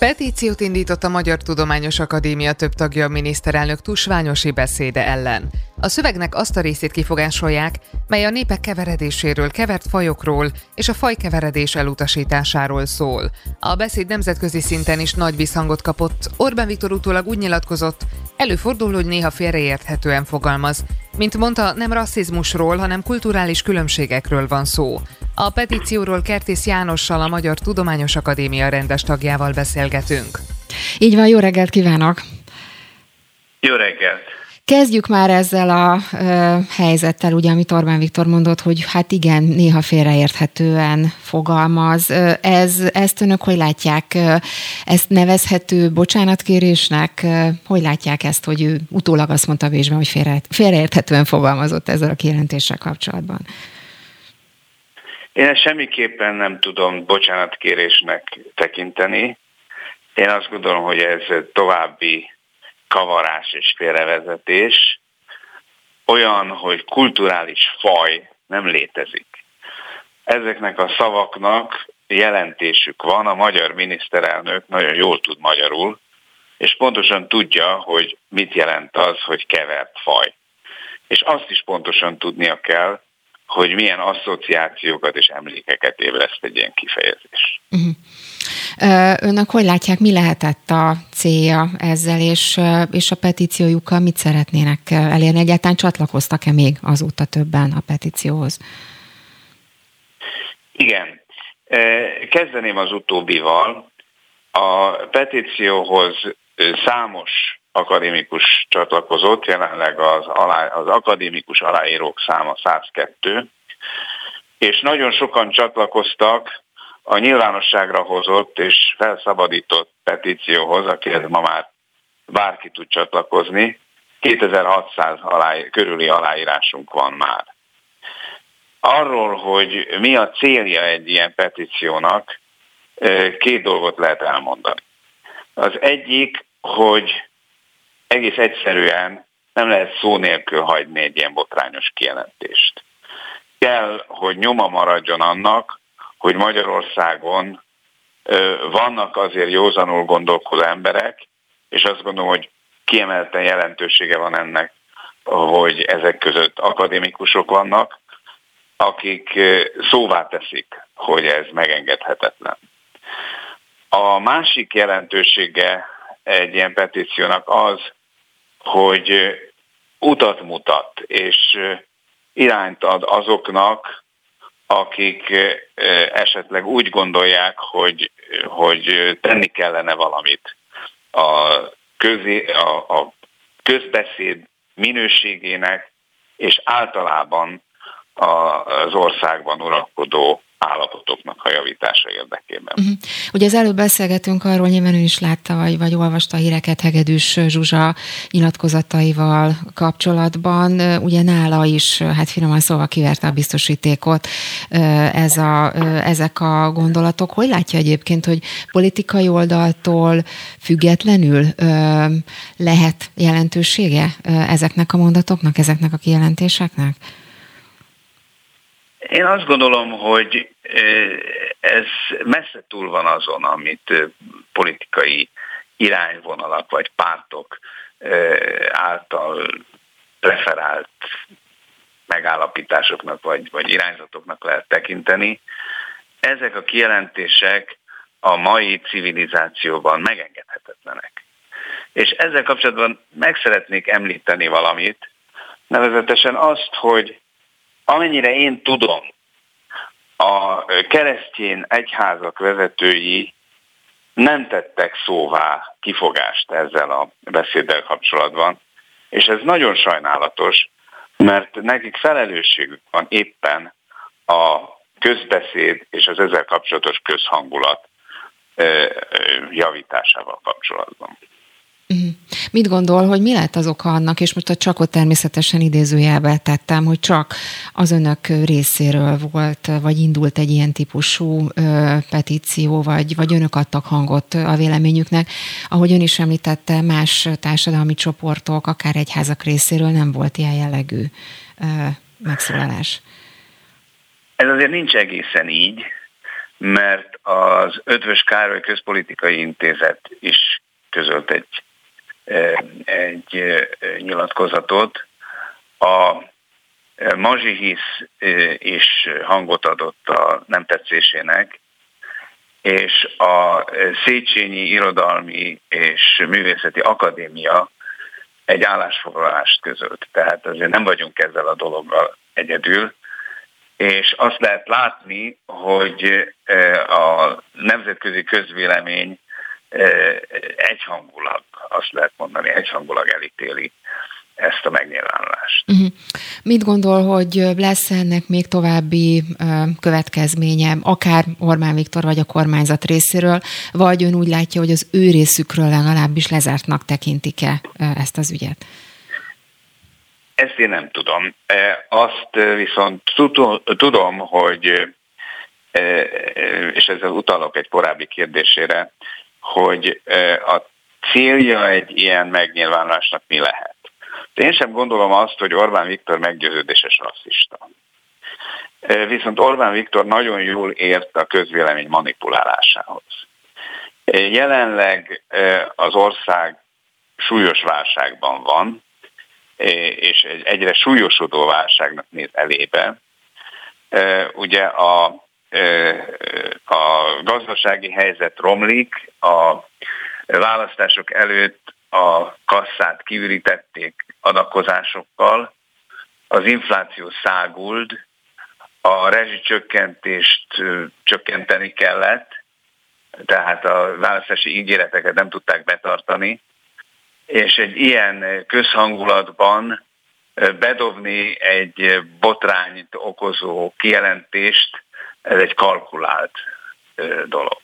Petíciót indított a Magyar Tudományos Akadémia több tagja a miniszterelnök tusványosi beszéde ellen. A szövegnek azt a részét kifogásolják, mely a népek keveredéséről, kevert fajokról és a fajkeveredés elutasításáról szól. A beszéd nemzetközi szinten is nagy visszhangot kapott. Orbán Viktor utólag úgy nyilatkozott, előfordul, hogy néha félreérthetően fogalmaz. Mint mondta, nem rasszizmusról, hanem kulturális különbségekről van szó. A petícióról Kertész Jánossal, a Magyar Tudományos Akadémia rendes tagjával beszélgetünk. Így van, jó reggelt kívánok! Jó reggelt! Kezdjük már ezzel a helyzettel, ugye, amit Orbán Viktor mondott, hogy hát igen, néha félreérthetően fogalmaz. Ezt önök hogy látják? Ezt nevezhető bocsánatkérésnek? Hogy látják ezt, hogy ő utólag azt mondta Bécsben, hogy félreérthetően fogalmazott ezzel a kijelentéssel kapcsolatban? Én ezt semmiképpen nem tudom bocsánatkérésnek tekinteni. Én azt gondolom, hogy ez további kavarás és félrevezetés. Olyan, hogy kulturális faj nem létezik. Ezeknek a szavaknak jelentésük van, a magyar miniszterelnök nagyon jól tud magyarul, és pontosan tudja, hogy mit jelent az, hogy kevert faj. És azt is pontosan tudnia kell, hogy milyen asszociációkat és emlékeket ébreszt egy ilyen kifejezés. Önök hogy látják, mi lehetett a célja ezzel, és a petíciójukkal mit szeretnének elérni? Egyáltalán csatlakoztak-e még azóta többen a petícióhoz? Igen. Kezdeném az utóbbival. A petícióhoz számos akadémikus csatlakozott, jelenleg az akadémikus aláírók száma 102, és nagyon sokan csatlakoztak a nyilvánosságra hozott és felszabadított petícióhoz, akihez ma már bárki tud csatlakozni. 2600 körüli aláírásunk van már. Arról, hogy mi a célja egy ilyen petíciónak, két dolgot lehet elmondani. Az egyik, hogy egész egyszerűen nem lehet szó nélkül hagyni egy ilyen botrányos kijelentést. Kell, hogy nyoma maradjon annak, hogy Magyarországon vannak azért józanul gondolkodó emberek, és azt gondolom, hogy kiemelten jelentősége van ennek, hogy ezek között akadémikusok vannak, akik szóvá teszik, hogy ez megengedhetetlen. A másik jelentősége egy ilyen petíciónak az, hogy utat mutat, és irányt ad azoknak, akik esetleg úgy gondolják, hogy tenni kellene valamit a közbeszéd minőségének, és általában az országban uralkodó állapotoknak a javítása érdekében. Ugye az előbb beszélgetünk arról, nyilván ön is látta, vagy olvasta a híreket Hegedűs Zsuzsa nyilatkozataival kapcsolatban. Ugye nála is, hát finoman szóval kiverte a biztosítékot ezek a gondolatok. Hogy látja egyébként, hogy politikai oldaltól függetlenül lehet jelentősége ezeknek a mondatoknak, ezeknek a kijelentéseknek? Én azt gondolom, hogy ez messze túl van azon, amit politikai irányvonalak vagy pártok által referált megállapításoknak vagy irányzatoknak lehet tekinteni. Ezek a kijelentések a mai civilizációban megengedhetetlenek. És ezzel kapcsolatban meg szeretnék említeni valamit, nevezetesen azt, hogy amennyire én tudom, a keresztény egyházak vezetői nem tettek szóvá kifogást ezzel a beszéddel kapcsolatban, és ez nagyon sajnálatos, mert nekik felelősségük van éppen a közbeszéd és az ezzel kapcsolatos közhangulat javításával kapcsolatban. Mit gondol, hogy mi lehet az oka annak, és most a csakot természetesen idézőjelbe tettem, hogy csak az önök részéről volt, vagy indult egy ilyen típusú petíció, vagy önök adtak hangot a véleményüknek. Ahogy ön is említette, más társadalmi csoportok, akár egyházak részéről nem volt ilyen jellegű megszólalás. Ez azért nincs egészen így, mert az Eötvös Károly Közpolitikai Intézet is közölt egy nyilatkozatot. A Mazsihisz is hangot adott a nem tetszésének, és a Széchenyi Irodalmi és Művészeti Akadémia egy állásfoglalást közölt. Tehát azért nem vagyunk ezzel a dologgal egyedül, és azt lehet látni, hogy a nemzetközi közvélemény egyhangulag, azt lehet mondani, egyhangulag elítéli ezt a megnyilvánulást. Mit gondol, hogy lesz ennek még további következménye, akár Orbán Viktor vagy a kormányzat részéről, vagy ön úgy látja, hogy az ő részükről legalábbis lezártnak tekintik-e ezt az ügyet? Ezt én nem tudom. Azt viszont tudom, hogy, és ezzel utalok egy korábbi kérdésére, hogy a célja egy ilyen megnyilvánulásnak mi lehet. Én sem gondolom azt, hogy Orbán Viktor meggyőződéses rasszista. Viszont Orbán Viktor nagyon jól ért a közvélemény manipulálásához. Jelenleg az ország súlyos válságban van, és egy egyre súlyosodó válságnak néz elébe. Ugye a gazdasági helyzet romlik, a választások előtt a kasszát kiürítették adakozásokkal, az infláció száguld, a rezsicsökkentést csökkenteni kellett, tehát a választási ígéreteket nem tudták betartani, és egy ilyen közhangulatban bedobni egy botrányt okozó kijelentést, ez egy kalkulált dolog.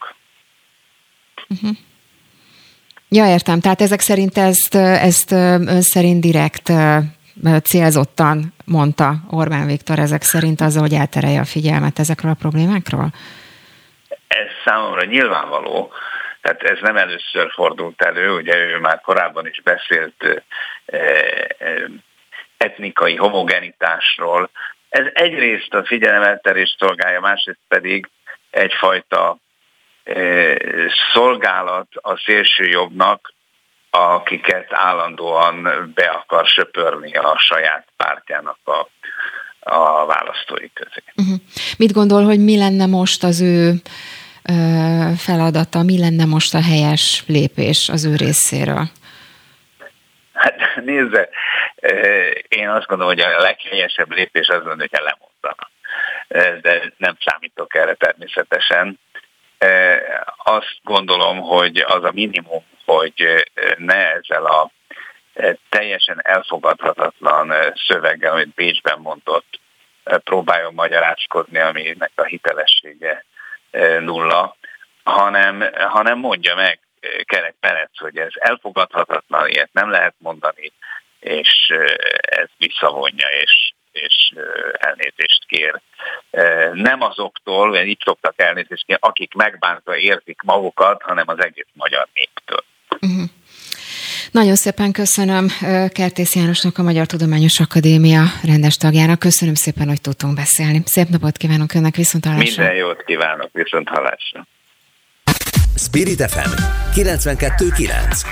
Ja, értem. Tehát ezek szerint ezt ön szerint direkt célzottan mondta Orbán Viktor, ezek szerint azzal, hogy elterelje a figyelmet ezekről a problémákról? Ez számomra nyilvánvaló. Tehát ez nem először fordult elő, ugye ő már korábban is beszélt etnikai homogenitásról. Ez egyrészt a figyelemelterést szolgálja, másrészt pedig egyfajta szolgálat a szélsőjobbnak, akiket állandóan be akar söpörni a saját pártjának a választói közé. Mit gondol, hogy mi lenne most az ő feladata, mi lenne most a helyes lépés az ő részéről? Hát nézze, én azt gondolom, hogy a leghelyesebb lépés az lenne, hogyha lemondanak. De nem számítok erre természetesen. Azt gondolom, hogy az a minimum, hogy ne ezzel a teljesen elfogadhatatlan szöveggel, amit Bécsben mondott, próbáljon magyarázkodni, aminek a hitelessége nulla, hanem mondja meg Kerek Ferenc, hogy ez elfogadhatatlan, ilyet nem lehet mondani, és ez visszavonja, és elnézést kér. Nem azoktól, mert így szoktak elnézést kérni, akik megbántva érzik magukat, hanem az egész magyar néptől. Nagyon szépen köszönöm Kertész Jánosnak, a Magyar Tudományos Akadémia rendes tagjának. Köszönöm szépen, hogy tudtunk beszélni. Szép napot kívánok önnek, viszonthallásra. Minden jót kívánok, viszonthallásra. Spirit FM 92.9.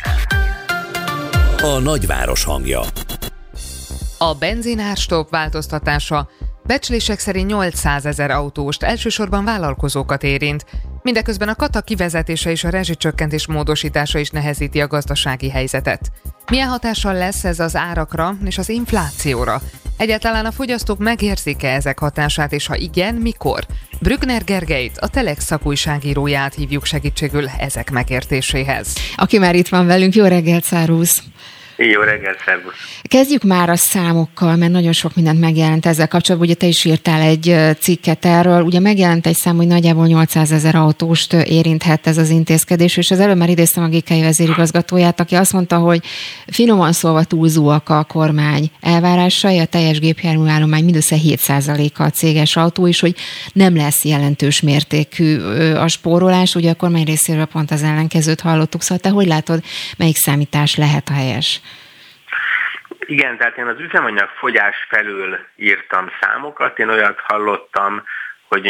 A nagyváros hangja. A benzinárstop változtatása becslések szerint 800 000 autóst, elsősorban vállalkozókat érint. Mindeközben a kata kivezetése és a rezsicsökkentés módosítása is nehezíti a gazdasági helyzetet. Milyen hatással lesz ez az árakra és az inflációra? Egyáltalán a fogyasztók megérzik-e ezek hatását, és ha igen, mikor? Brückner Gergelyt, a Telex szakújságíróját hívjuk segítségül ezek megértéséhez. Aki már itt van velünk, jó reggelt, Szárusz! Jó reggelt, szervusz! Kezdjük már a számokkal, mert nagyon sok mindent megjelent ezzel kapcsolatban. Ugye te is írtál egy cikket erről. Ugye megjelent egy szám, hogy nagyjából 800 000 autóst érinthet ez az intézkedés, és az előbb már idéztem a GKI vezérigazgatóját, aki azt mondta, hogy finoman szólva túlzóak a kormány elvárásai, a teljes gépjárműállomány mindössze 7%-a a céges autó, és hogy nem lesz jelentős mértékű a spórolás. Ugye a kormány részéről pont az ellenkezőt hallottuk, szóval te hogy látod, melyik számítás lehet a helyes? Igen, tehát én az üzemanyag fogyás felől írtam számokat. Én olyat hallottam, hogy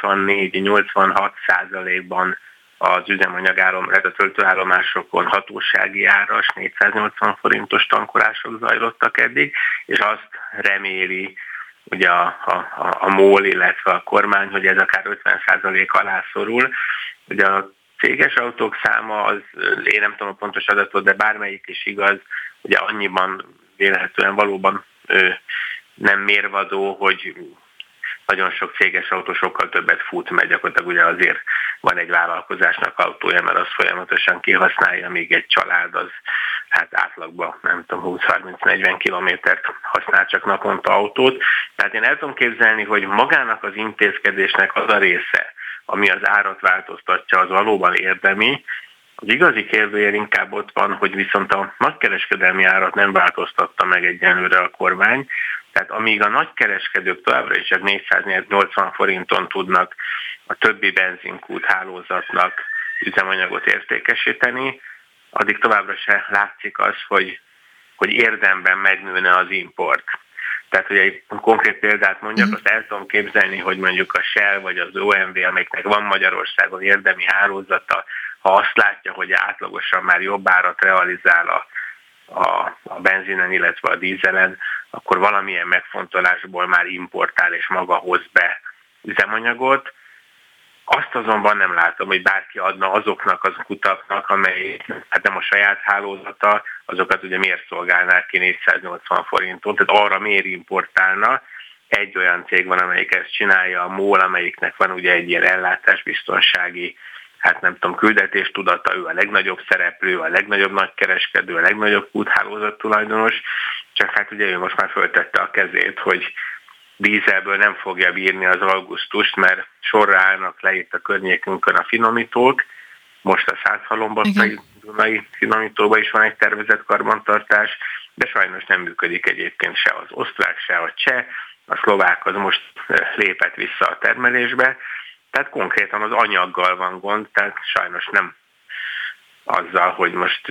84-86%-ban az üzemanyagáram, a töltőállomásokon hatósági áras 480 forintos tankolások zajlottak eddig, és azt reméli ugye a MOL, illetve a kormány, hogy ez akár 50% alá szorul. Ugye a céges autók száma, az, én nem tudom a pontos adatot, de bármelyik is igaz, ugye annyiban vélhetően valóban nem mérvadó, hogy nagyon sok céges autó sokkal többet fut, mert gyakorlatilag ugye azért van egy vállalkozásnak autója, mert az folyamatosan kihasználja, míg egy család az hát átlagban, nem tudom, 20-30-40 kilométert használ csak naponta autót. Tehát én el tudom képzelni, hogy magának az intézkedésnek az a része, ami az árat változtatja, az valóban érdemi. Az igazi kérdőjel inkább ott van, hogy viszont a nagykereskedelmi árat nem változtatta meg egyenlőre a kormány. Tehát amíg a nagykereskedők továbbra is csak 480 forinton tudnak a többi benzinkút hálózatnak üzemanyagot értékesíteni, addig továbbra se látszik az, hogy érdemben megnőne az import. Tehát, hogy egy konkrét példát mondjak, azt el tudom képzelni, hogy mondjuk a Shell vagy az OMV, amelyeknek van Magyarországon érdemi hálózata, ha azt látja, hogy átlagosan már jobb árat realizál a benzinen, illetve a dízelen, akkor valamilyen megfontolásból már importál és maga hoz be üzemanyagot. Azt azonban nem látom, hogy bárki adna azoknak az utaknak, amely hát nem a saját hálózata, azokat ugye miért szolgálnák ki 480 forinton, tehát arra miért importálna. Egy olyan cég van, amelyik ezt csinálja, a MOL, amelyiknek van ugye egy ilyen ellátásbiztonsági, hát nem tudom, küldetéstudata, ő a legnagyobb szereplő, a legnagyobb nagykereskedő, a legnagyobb úthálózat tulajdonos, csak hát ugye ő most már föltette a kezét, hogy dízelből nem fogja bírni az augusztust, mert sorra állnak le itt a környékünkön a finomítók. Most a Szászhalombattai Dunai finomítóban is van egy tervezett karbantartás, de sajnos nem működik egyébként se az osztrák, se a cseh, a szlovák az most lépett vissza a termelésbe, tehát konkrétan az anyaggal van gond, tehát sajnos nem azzal, hogy most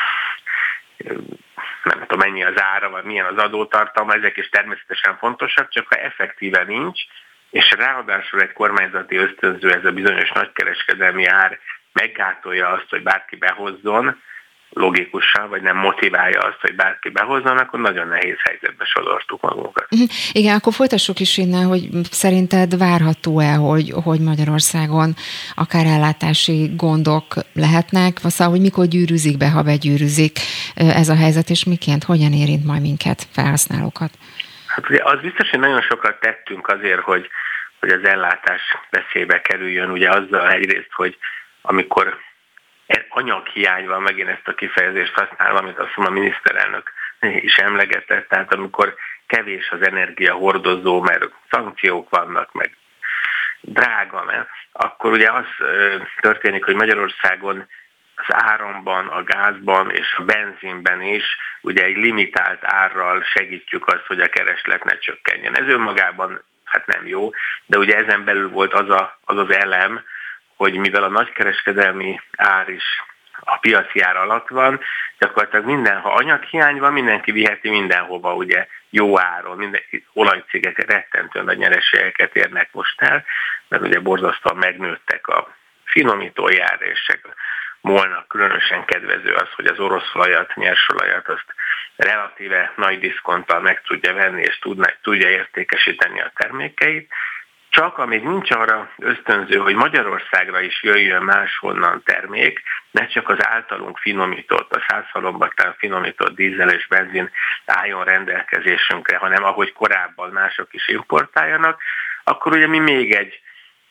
nem tudom mennyi az ára, vagy milyen az adótartalma, ezek is természetesen fontosak, csak ha effektíven nincs, és ráadásul egy kormányzati ösztönző, ez a bizonyos nagykereskedelmi ár meggátolja azt, hogy bárki behozzon, logikusan, vagy nem motiválja azt, hogy bárki behozzon, akkor nagyon nehéz helyzetbe sodortuk magunkat. Igen, akkor folytassuk is innen, hogy szerinted várható-e, hogy Magyarországon akár ellátási gondok lehetnek, szóval, hogy mikor gyűrűzik be, ha begyűrűzik ez a helyzet, és miként, hogyan érint majd minket, felhasználókat? Hát ugye az biztos, hogy nagyon sokat tettünk azért, hogy az ellátás veszélybe kerüljön, ugye azzal egyrészt, hogy amikor anyaghiány van, megint ezt a kifejezést használva, amit azt mondom, a miniszterelnök is emlegetett, tehát amikor kevés az energiahordozó, mert szankciók vannak, meg drága, mert akkor ugye az történik, hogy Magyarországon az áramban, a gázban és a benzinben is ugye egy limitált árral segítjük azt, hogy a kereslet ne csökkenjen. Ez önmagában hát nem jó, de ugye ezen belül volt az elem, hogy mivel a nagykereskedelmi ár is a piaci ár alatt van, gyakorlatilag ha anyaghiány van, mindenki viheti mindenhova, ugye jó áron, minden olajcégek rettentően nagy nyereségeket érnek most el, mert ugye borzasztóan megnőttek a finomítói árések. MOL-nak különösen kedvező az, hogy az orosz olajat, nyersolajat azt relatíve nagy diszkonttal meg tudja venni, és tudja értékesíteni a termékeit. Csak amíg nincs arra ösztönző, hogy Magyarországra is jöjjön máshonnan termék, ne csak az általunk finomított, a Szászhalombattán finomított dízel és benzin álljon rendelkezésünkre, hanem ahogy korábban mások is importáljanak, akkor ugye mi még egy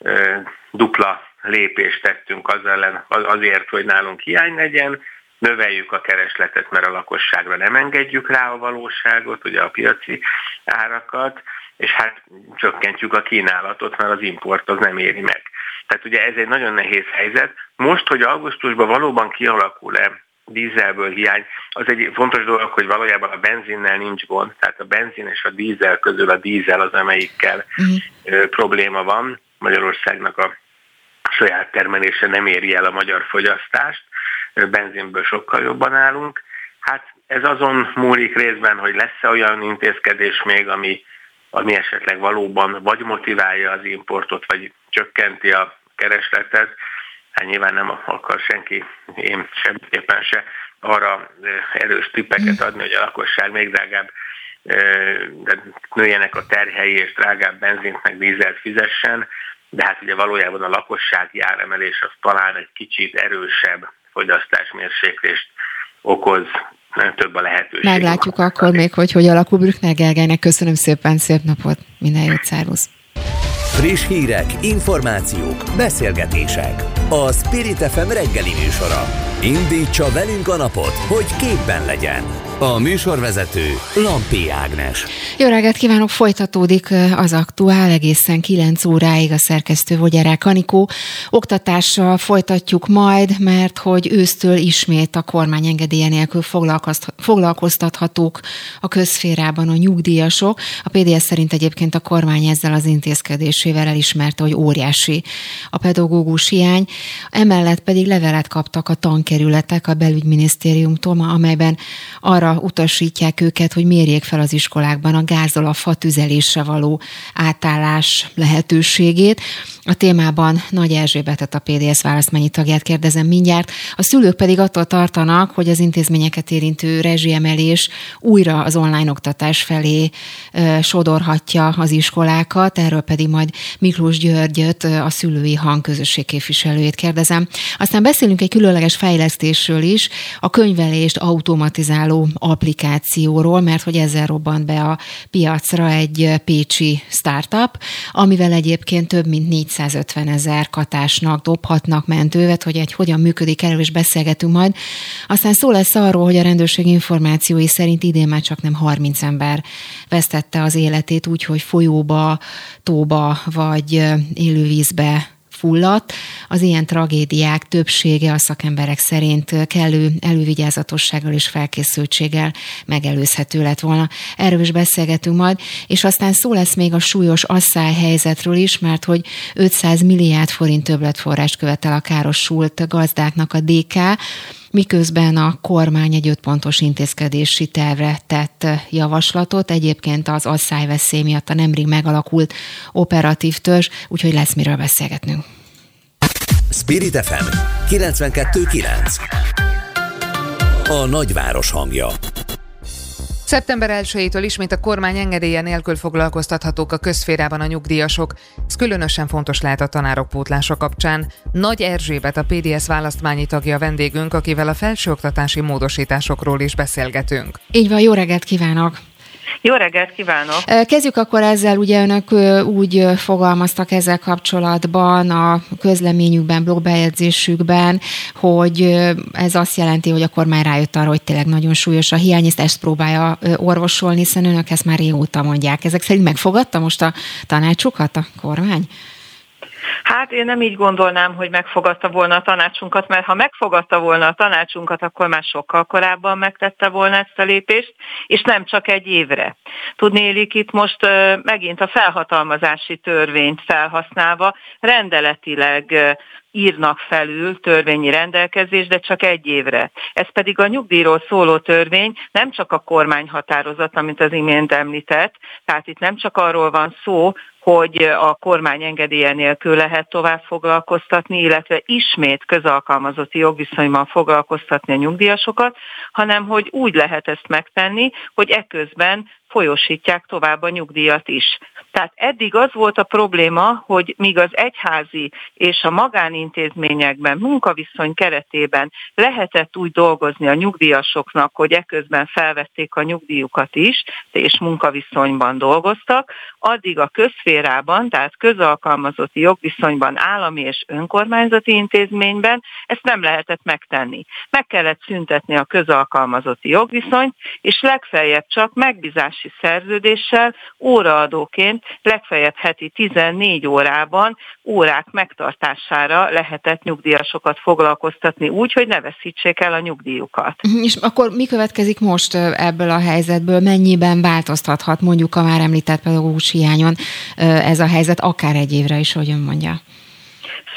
dupla lépést tettünk azért, hogy nálunk hiány legyen, növeljük a keresletet, mert a lakosságra nem engedjük rá a valóságot, ugye a piaci árakat, és hát csökkentjük a kínálatot, mert az import az nem éri meg. Tehát ugye ez egy nagyon nehéz helyzet. Most, hogy augusztusban valóban kialakul-e dízelből hiány, az egy fontos dolog, hogy valójában a benzinnel nincs gond, tehát a benzin és a dízel közül a dízel az, amelyikkel probléma van. Magyarországnak a saját termelése nem éri el a magyar fogyasztást, benzinből sokkal jobban állunk. Hát ez azon múlik részben, hogy lesz-e olyan intézkedés még, ami ami esetleg valóban vagy motiválja az importot, vagy csökkenti a keresletet. Hát nyilván nem akar senki, én semmiképpen se arra erős tippeket adni, hogy a lakosság még drágább, de nőjenek a terhei és drágább benzint meg dízelt fizessen, de hát ugye valójában a lakossági áremelés az talán egy kicsit erősebb fogyasztásmérséklést okoz, több a lehetőség. Meglátjuk akkor még, hogy alakul. Brückner Gergelynek köszönöm szépen, szép napot, minden jót, szervusz! Friss hírek, információk, beszélgetések. A Spirit FM reggeli műsora. Indítsa velünk a napot, hogy képben legyen. A műsorvezető Lampi Ágnes. Jó reggelt kívánok, folytatódik az aktuál egészen 9 óráig a szerkesztő Vogyarák Anikó. Oktatással folytatjuk majd, mert hogy ősztől ismét a kormány engedélye nélkül foglalkoztathatók a közszférában a nyugdíjasok. A PDS szerint egyébként a kormány ezzel az intézkedésével elismerte, hogy óriási a pedagógus hiány. Emellett pedig levelet kaptak a tankerületek a belügyminisztériumtól, amelyben arra utasítják őket, hogy mérjék fel az iskolákban a gázol a fa tüzelésre való átállás lehetőségét. A témában Nagy Erzsébetet, a PDS választmányi tagját kérdezem mindjárt. A szülők pedig attól tartanak, hogy az intézményeket érintő rezsiemelés újra az online oktatás felé sodorhatja az iskolákat. Erről pedig majd Miklós Györgyöt, a Szülői Hang közösség képviselőjét kérdezem. Aztán beszélünk egy különleges fejlesztésről is, a könyvelést automatizáló applikációról, mert hogy ezzel robbant be a piacra egy pécsi startup, amivel egyébként több mint 450 000 katásnak dobhatnak mentővet, hogy hogyan működik, erről is beszélgetünk majd. Aztán szó lesz arról, hogy a rendőrség információi szerint idén már csak nem 30 ember vesztette az életét úgy, hogy folyóba, tóba vagy élővízbe fulladt. Az ilyen tragédiák többsége a szakemberek szerint kellő elővigyázatossággal és felkészültséggel megelőzhető lett volna. Erről is beszélgetünk majd, és aztán szó lesz még a súlyos asszályhelyzetről is, mert hogy 500 milliárd forint többletforrást követel a károsult gazdáknak a DK, miközben a kormány egy 5 pontos intézkedési tervre tett javaslatot. Egyébként az asszályveszély miatt a nemrég megalakult operatív törzs, úgyhogy lesz miről beszélgetnünk. Spirit FM 92.9. A nagyváros hangja. Szeptember 1-től ismét a kormány engedélye nélkül foglalkoztathatók a közszférában a nyugdíjasok. Ez különösen fontos lehet a tanárok pótlása kapcsán. Nagy Erzsébet, a PDS választmányi tagja vendégünk, akivel a felsőoktatási módosításokról is beszélgetünk. Így van, jó reggelt kívánok! Jó reggelt kívánok! Kezdjük akkor ezzel, ugye önök úgy fogalmaztak ezzel kapcsolatban a közleményükben, blogbejegyzésükben, hogy ez azt jelenti, hogy a kormány rájött arra, hogy tényleg nagyon súlyos a hiány, és ezt próbálja orvosolni, hiszen önök ezt már régóta mondják. Ezek szerint megfogadta most a tanácsukat a kormány? Hát én nem így gondolnám, hogy megfogadta volna a tanácsunkat, mert ha megfogadta volna a tanácsunkat, akkor már sokkal korábban megtette volna ezt a lépést, és nem csak egy évre. Tudnélik, itt most megint a felhatalmazási törvényt felhasználva rendeletileg írnak felül törvényi rendelkezés, de csak egy évre. Ez pedig a nyugdíjról szóló törvény, nem csak a kormány határozat, amit az imént említett, tehát itt nem csak arról van szó, hogy a kormány engedélye nélkül lehet tovább foglalkoztatni, illetve ismét közalkalmazotti jogviszonyban foglalkoztatni a nyugdíjasokat, hanem hogy úgy lehet ezt megtenni, hogy eközben folyósítják tovább a nyugdíjat is. Tehát eddig az volt a probléma, hogy míg az egyházi és a magánintézményekben munkaviszony keretében lehetett úgy dolgozni a nyugdíjasoknak, hogy eközben felvették a nyugdíjukat is, és munkaviszonyban dolgoztak, addig a közszférában, tehát közalkalmazotti jogviszonyban, állami és önkormányzati intézményben ezt nem lehetett megtenni. Meg kellett szüntetni a közalkalmazotti jogviszonyt, és legfeljebb csak megbízási szerződéssel óraadóként legfeljebb heti 14 órában órák megtartására lehetett nyugdíjasokat foglalkoztatni úgy, hogy ne veszítsék el a nyugdíjukat. És akkor mi következik most ebből a helyzetből? Mennyiben változtathat mondjuk a már említett pedagógus hiányon ez a helyzet, akár egy évre is, hogy ön mondja?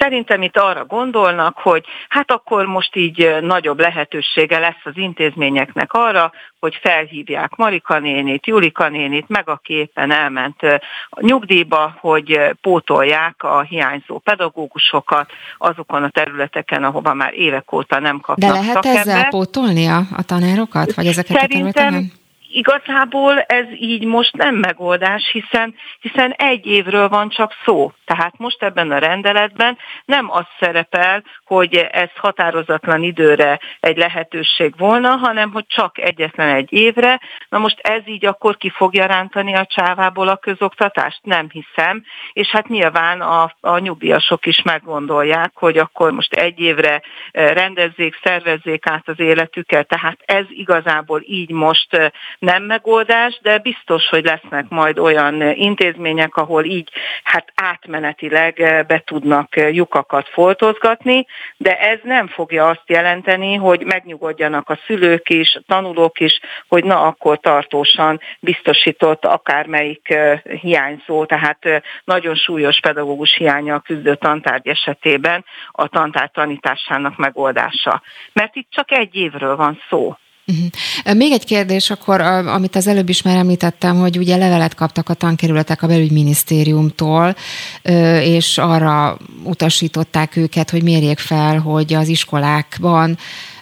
Szerintem itt arra gondolnak, hogy hát akkor most így nagyobb lehetősége lesz az intézményeknek arra, hogy felhívják Marika nénit, Julika nénit, meg aki éppen elment nyugdíjba, hogy pótolják a hiányzó pedagógusokat azokon a területeken, ahova már évek óta nem kapnak szakembert. De lehet ezzel pótolni a tanárokat, vagy ezeket a területeken? Igazából ez így most nem megoldás, hiszen egy évről van csak szó. Tehát most ebben a rendeletben nem az szerepel, hogy ez határozatlan időre egy lehetőség volna, hanem hogy csak egyetlen egy évre. Na most ez így akkor ki fogja rántani a csávából a közoktatást? Nem hiszem. És hát nyilván a nyugdíjasok is meggondolják, hogy akkor most egy évre rendezzék, szervezzék át az életüket. Tehát ez igazából így most nem megoldás, de biztos, hogy lesznek majd olyan intézmények, ahol így hát átmenetileg be tudnak lyukakat foltozgatni, de ez nem fogja azt jelenteni, hogy megnyugodjanak a szülők is, a tanulók is, hogy na akkor tartósan biztosított akármelyik hiányzó, tehát nagyon súlyos pedagógus hiánnyal küzdő tantárgy esetében a tantárgy tanításának megoldása. Mert itt csak egy évről van szó. Még egy kérdés akkor, amit az előbb is már említettem, hogy ugye levelet kaptak a tankerületek a belügyminisztériumtól, és arra utasították őket, hogy mérjék fel, hogy az iskolákban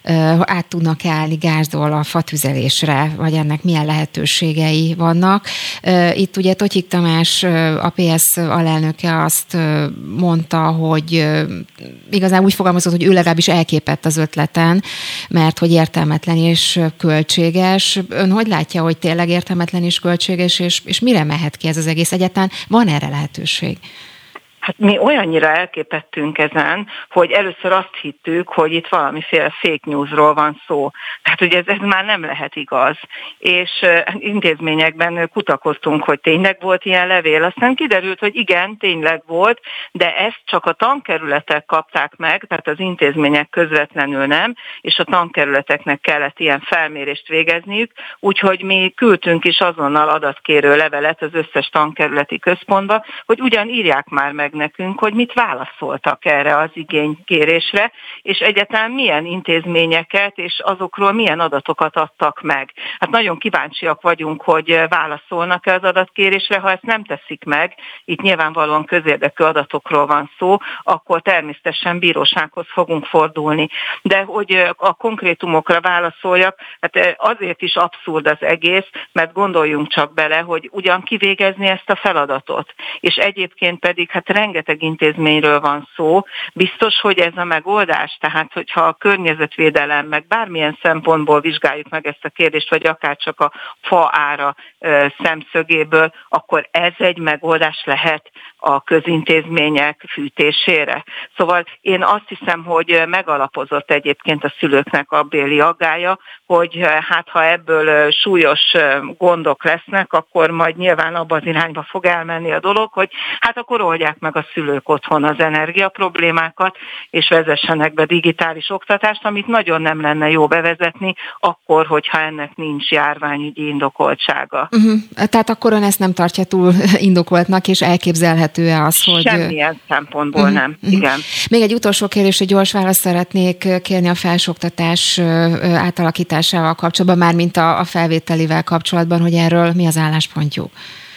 át tudnak állni gázdól a fatüzelésre, vagy ennek milyen lehetőségei vannak. Itt ugye Totyik Tamás, a PS alelnöke azt mondta, hogy igazán úgy fogalmazott, hogy ő legalábbis elképett az ötleten, mert hogy értelmetlen és költséges. Ön hogy látja, hogy tényleg értelmetlen és költséges, és mire mehet ki ez az egész? Egyáltalán van erre lehetőség? Hát mi olyannyira elképettünk ezen, hogy először azt hittük, hogy itt valamiféle fake newsról van szó. Tehát, hogy ez már nem lehet igaz. És intézményekben kutakodtunk, hogy tényleg volt ilyen levél. Aztán kiderült, hogy igen, tényleg volt, de ezt csak a tankerületek kapták meg, tehát az intézmények közvetlenül nem, és a tankerületeknek kellett ilyen felmérést végezniük, úgyhogy mi küldtünk is azonnal adatkérő levelet az összes tankerületi központba, hogy ugyan írják már meg nekünk, hogy mit válaszoltak erre az igénykérésre, és egyáltalán milyen intézményeket és azokról milyen adatokat adtak meg. Hát nagyon kíváncsiak vagyunk, hogy válaszolnak-e az adatkérésre, ha ezt nem teszik meg, itt nyilvánvalóan közérdekű adatokról van szó, akkor természetesen bírósághoz fogunk fordulni. De hogy a konkrétumokra válaszoljak, hát azért is abszurd az egész, mert gondoljunk csak bele, hogy ugyan kivégezni ezt a feladatot, és egyébként pedig hát rengeteg intézményről van szó, biztos, hogy ez a megoldás, tehát hogyha a környezetvédelem, meg bármilyen szempontból vizsgáljuk meg ezt a kérdést, vagy akár csak a fa ára szemszögéből, akkor ez egy megoldás lehet a közintézmények fűtésére. Szóval én azt hiszem, hogy megalapozott egyébként a szülőknek a béli aggálya, hogy hát ha ebből súlyos gondok lesznek, akkor majd nyilván abba az irányba fog elmenni a dolog, hogy hát akkor oldják meg a szülők otthon az energiaproblémákat, és vezessenek be digitális oktatást, amit nagyon nem lenne jó bevezetni, akkor, hogyha ennek nincs járványügyi indokoltsága. Tehát akkor ön ezt nem tartja túl indokoltnak, és elképzelhető-e az, hogy... Semmilyen szempontból nem, igen. Még egy utolsó kérdés, egy gyors választ szeretnék kérni a felsőoktatás átalakításával kapcsolatban, mármint a felvételivel kapcsolatban, hogy erről mi az álláspontjuk?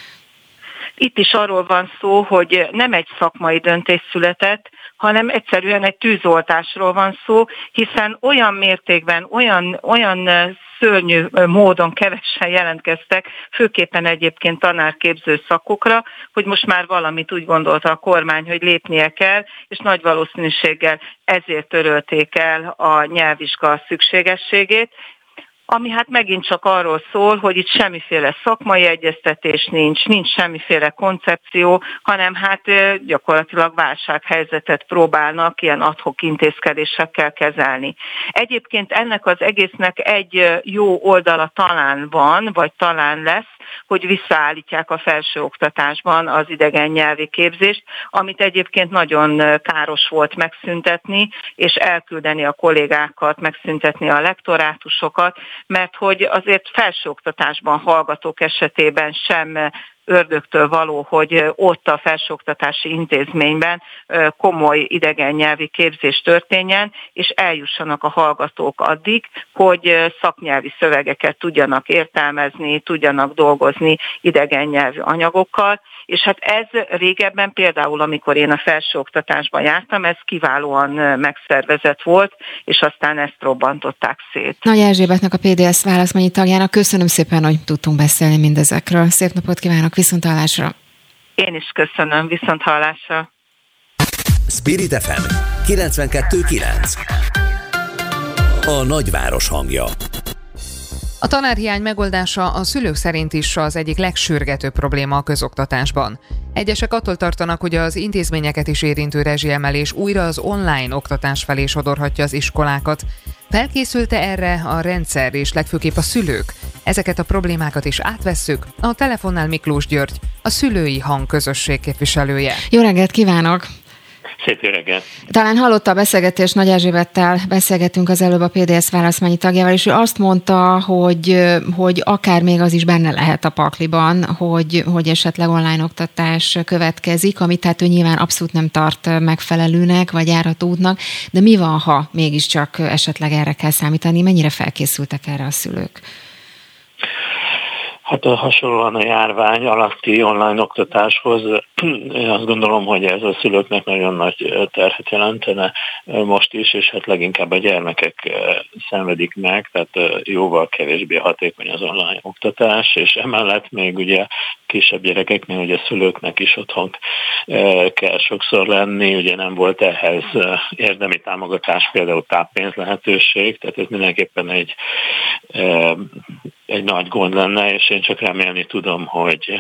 Itt is arról van szó, hogy nem egy szakmai döntés született, hanem egyszerűen egy tűzoltásról van szó, hiszen olyan mértékben, olyan szörnyű módon kevesen jelentkeztek, főképpen egyébként tanárképző szakokra, hogy most már valamit úgy gondolta a kormány, hogy lépnie kell, és nagy valószínűséggel ezért törölték el a nyelvvizsga szükségességét, ami hát megint csak arról szól, hogy itt semmiféle szakmai egyeztetés nincs semmiféle koncepció, hanem hát gyakorlatilag válsághelyzetet próbálnak ilyen ad-hoc intézkedésekkel kezelni. Egyébként ennek az egésznek egy jó oldala talán van, vagy talán lesz, hogy visszaállítják a felsőoktatásban az idegen nyelvi képzést, amit egyébként nagyon káros volt megszüntetni, és elküldeni a kollégákat, megszüntetni a lektorátusokat, mert hogy azért felsőoktatásban hallgatók esetében sem ördögtől való, hogy ott a felsőoktatási intézményben komoly idegen nyelvi képzés történjen, és eljussanak a hallgatók addig, hogy szaknyelvi szövegeket tudjanak értelmezni, tudjanak dolgozni idegen nyelvű anyagokkal, és hát ez régebben például, amikor én a felsőoktatásban jártam, ez kiválóan megszervezett volt, és aztán ezt robbantották szét. Nagy Erzsébetnek, a PDS választmányi tagjának köszönöm szépen, hogy tudtunk beszélni mindezekről. Szép napot kívánok, viszonthallásra! Én is köszönöm, viszonthallásra! Spirit FM 92.9. A nagyváros hangja. A tanárhiány megoldása a szülők szerint is az egyik legsürgetőbb probléma a közoktatásban. Egyesek attól tartanak, hogy az intézményeket is érintő rezsiemelés újra az online oktatás felé sodorhatja az iskolákat. Felkészülte erre a rendszer és legfőképp a szülők? Ezeket a problémákat is átvesszük. A telefonnál Miklós György, a Szülői Hang közösség képviselője. Jó reggelt kívánok! Szép jó reggelt! Talán hallotta a beszélgetést, Nagy Erzsébettel beszélgettünk az előbb, a PDS választmányi tagjával, és ő azt mondta, hogy akár még az is benne lehet a pakliban, hogy esetleg online oktatás következik, amit tehát ő nyilván abszolút nem tart megfelelőnek, vagy járható útnak, de mi van, ha mégiscsak esetleg erre kell számítani? Mennyire felkészültek erre a szülők? Hát hasonlóan a járvány alatti online oktatáshoz én azt gondolom, hogy ez a szülőknek nagyon nagy terhet jelentene most is, és hát leginkább a gyermekek szenvedik meg, tehát jóval kevésbé hatékony az online oktatás, és emellett még ugye kisebb gyerekeknél ugye szülőknek is otthon kell sokszor lenni, ugye nem volt ehhez érdemi támogatás, például táppénz lehetőség, tehát ez mindenképpen egy nagy gond lenne, és én csak remélni tudom, hogy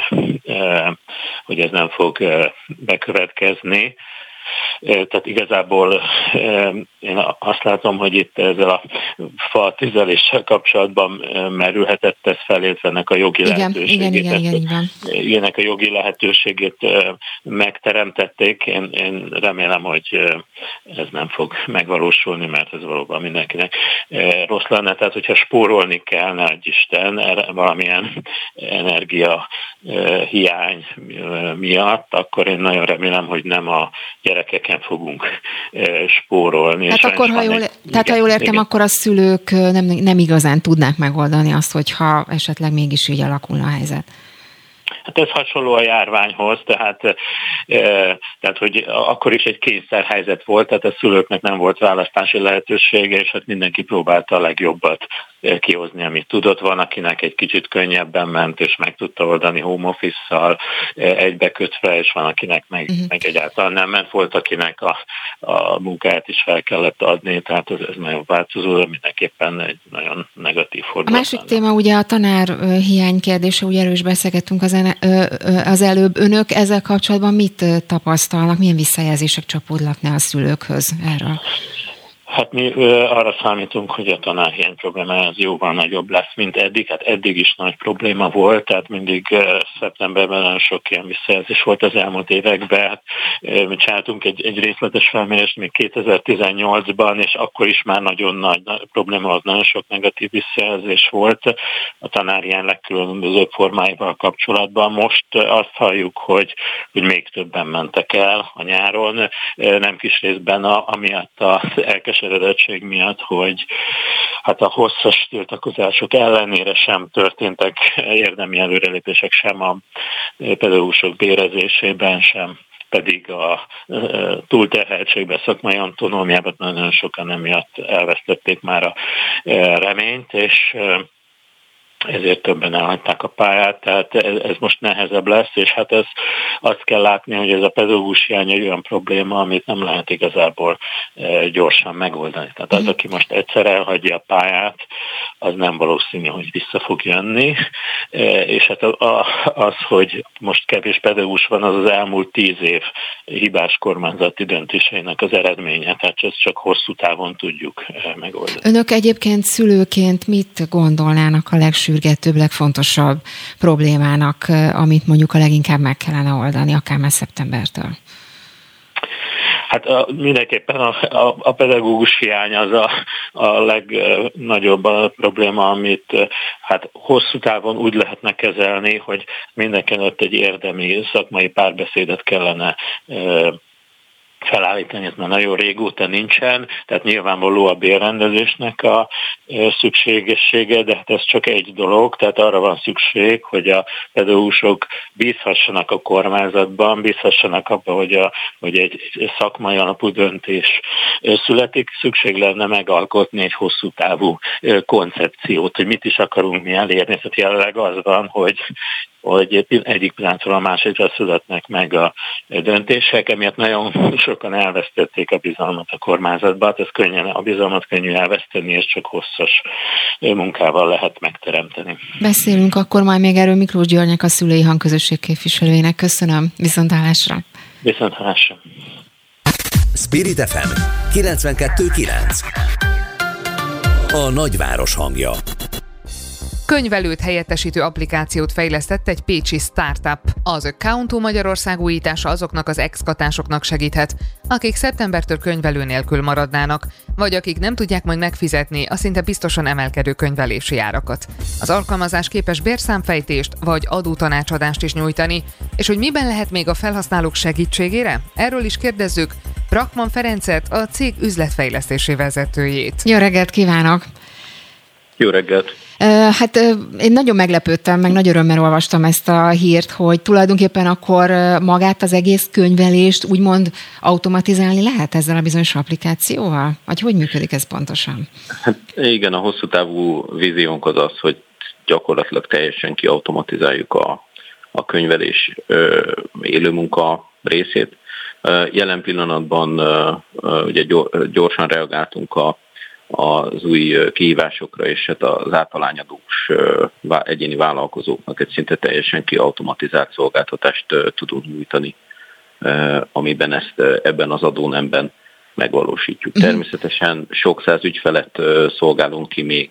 ez nem fog bekövetkezni. Tehát igazából én azt látom, hogy itt ezzel a fa tüzeléssel kapcsolatban merülhetett ez felétve ennek a jogi lehetőségét. Ennek a jogi lehetőségét megteremtették. Én remélem, hogy ez nem fog megvalósulni, mert ez valóban mindenkinek rossz lenne. Tehát, hogyha spórolni kell, ne adj Isten, valamilyen energia hiány miatt, akkor én nagyon remélem, hogy nem a gyerekeken fogunk spórolni. Hát akkor, ha jól értem, akkor a szülők nem igazán tudnák megoldani azt, hogyha esetleg mégis így alakulna a helyzet. Hát ez hasonló a járványhoz, tehát hogy akkor is egy kényszerhelyzet volt, tehát a szülőknek nem volt választási lehetősége, és hát mindenki próbálta a legjobbat kihozni, amit tudott. Van, akinek egy kicsit könnyebben ment, és meg tudta oldani home office-szal egybekötve, és van, akinek meg egyáltalán nem ment. Volt, akinek a munkáját is fel kellett adni, tehát ez nagyon változó, de mindenképpen egy nagyon negatív fordulat. A másik téma ugye a tanár hiány kérdése, ugye erről is beszélgettünk az előbb. Önök ezzel kapcsolatban mit tapasztalnak, milyen visszajelzések csapódnak a szülőkhöz erről? Hát mi arra számítunk, hogy a tanárhiány problémája az jóval nagyobb lesz, mint eddig. Hát eddig is nagy probléma volt, tehát mindig szeptemberben nagyon sok ilyen visszajelzés volt az elmúlt években. Hát, mi csináltunk egy részletes felmérést még 2018-ban, és akkor is már nagyon nagy probléma volt, nagyon sok negatív visszajelzés volt a tanárhiány legkülönbözőbb formáival kapcsolatban. Most azt halljuk, hogy még többen mentek el a nyáron, nem kis részben amiatt az elkeseredettség miatt, hogy hát a hosszas tiltakozások ellenére sem történtek érdemi előrelépések sem a pedagógusok bérezésében, sem pedig a túlterheltségben, szakmai autonómiában nagyon sokan emiatt elvesztették már a reményt, és ezért többen elhagyták a pályát, tehát ez most nehezebb lesz, és hát azt kell látni, hogy ez a pedagógus hiány egy olyan probléma, amit nem lehet igazából gyorsan megoldani. Tehát az, aki most egyszer elhagyja a pályát, az nem valószínű, hogy vissza fog jönni, és hát az, hogy most kevés pedagógus van, az elmúlt 10 év hibás kormányzati döntéseinek az eredménye, tehát ezt csak hosszú távon tudjuk megoldani. Önök egyébként szülőként mit gondolnának a legsürgetőbb, legfontosabb problémának, amit mondjuk a leginkább meg kellene oldani, akár már szeptembertől? Hát mindenképpen a pedagógus hiány az a legnagyobb probléma, amit hát hosszú távon úgy lehetne kezelni, hogy mindenkenőtt egy érdemi szakmai párbeszédet kellene felállítani, ez már nagyon régóta nincsen, tehát nyilvánvaló a bérrendezésnek a szükségessége, de hát ez csak egy dolog, tehát arra van szükség, hogy a pedagógusok bízhassanak a kormányzatban, bízhassanak abban, hogy egy szakmai alapú döntés születik, szükség lenne megalkotni egy hosszú távú koncepciót, hogy mit is akarunk mi elérni. Tehát jelenleg az van, hogy egyik pillanatról a másikra születnek meg a döntések, emiatt nagyon sokan elvesztették a bizalmat a kormányzatba, a bizalmat könnyű elveszteni, és csak hosszas munkával lehet megteremteni. Beszélünk akkor majd még erről Miklós Györgynek, a Szülői Hangközösség képviselőjének. Köszönöm, viszonthallásra. Viszonthallásra. Spirit FM 92.9. A nagyváros hangja. Könyvelőt helyettesítő applikációt fejlesztett egy pécsi startup. Az Accountó Magyarország újítása azoknak az ex-katásoknak segíthet, akik szeptembertől könyvelő nélkül maradnának, vagy akik nem tudják majd megfizetni a szinte biztosan emelkedő könyvelési árakat. Az alkalmazás képes bérszámfejtést vagy adótanácsadást is nyújtani, és hogy miben lehet még a felhasználók segítségére? Erről is kérdezzük Brackmann Ferencet, a cég üzletfejlesztési vezetőjét. Jó reggelt kívánok! Jó reggelt! Hát én nagyon meglepődtem, meg nagy örömmel olvastam ezt a hírt, hogy tulajdonképpen akkor magát az egész könyvelést úgymond automatizálni lehet ezzel a bizonyos applikációval? Vagy hogy működik ez pontosan? Hát igen, a hosszú távú víziónk az az, hogy gyakorlatilag teljesen kiautomatizáljuk a könyvelés élőmunka részét. Jelen pillanatban ugye gyorsan reagáltunk az új kihívásokra, és hát az általányadós egyéni vállalkozóknak egy szinte teljesen kiautomatizált szolgáltatást tudunk nyújtani, amiben ezt ebben az adónemben megvalósítjuk. Természetesen sok száz ügyfelet szolgálunk ki még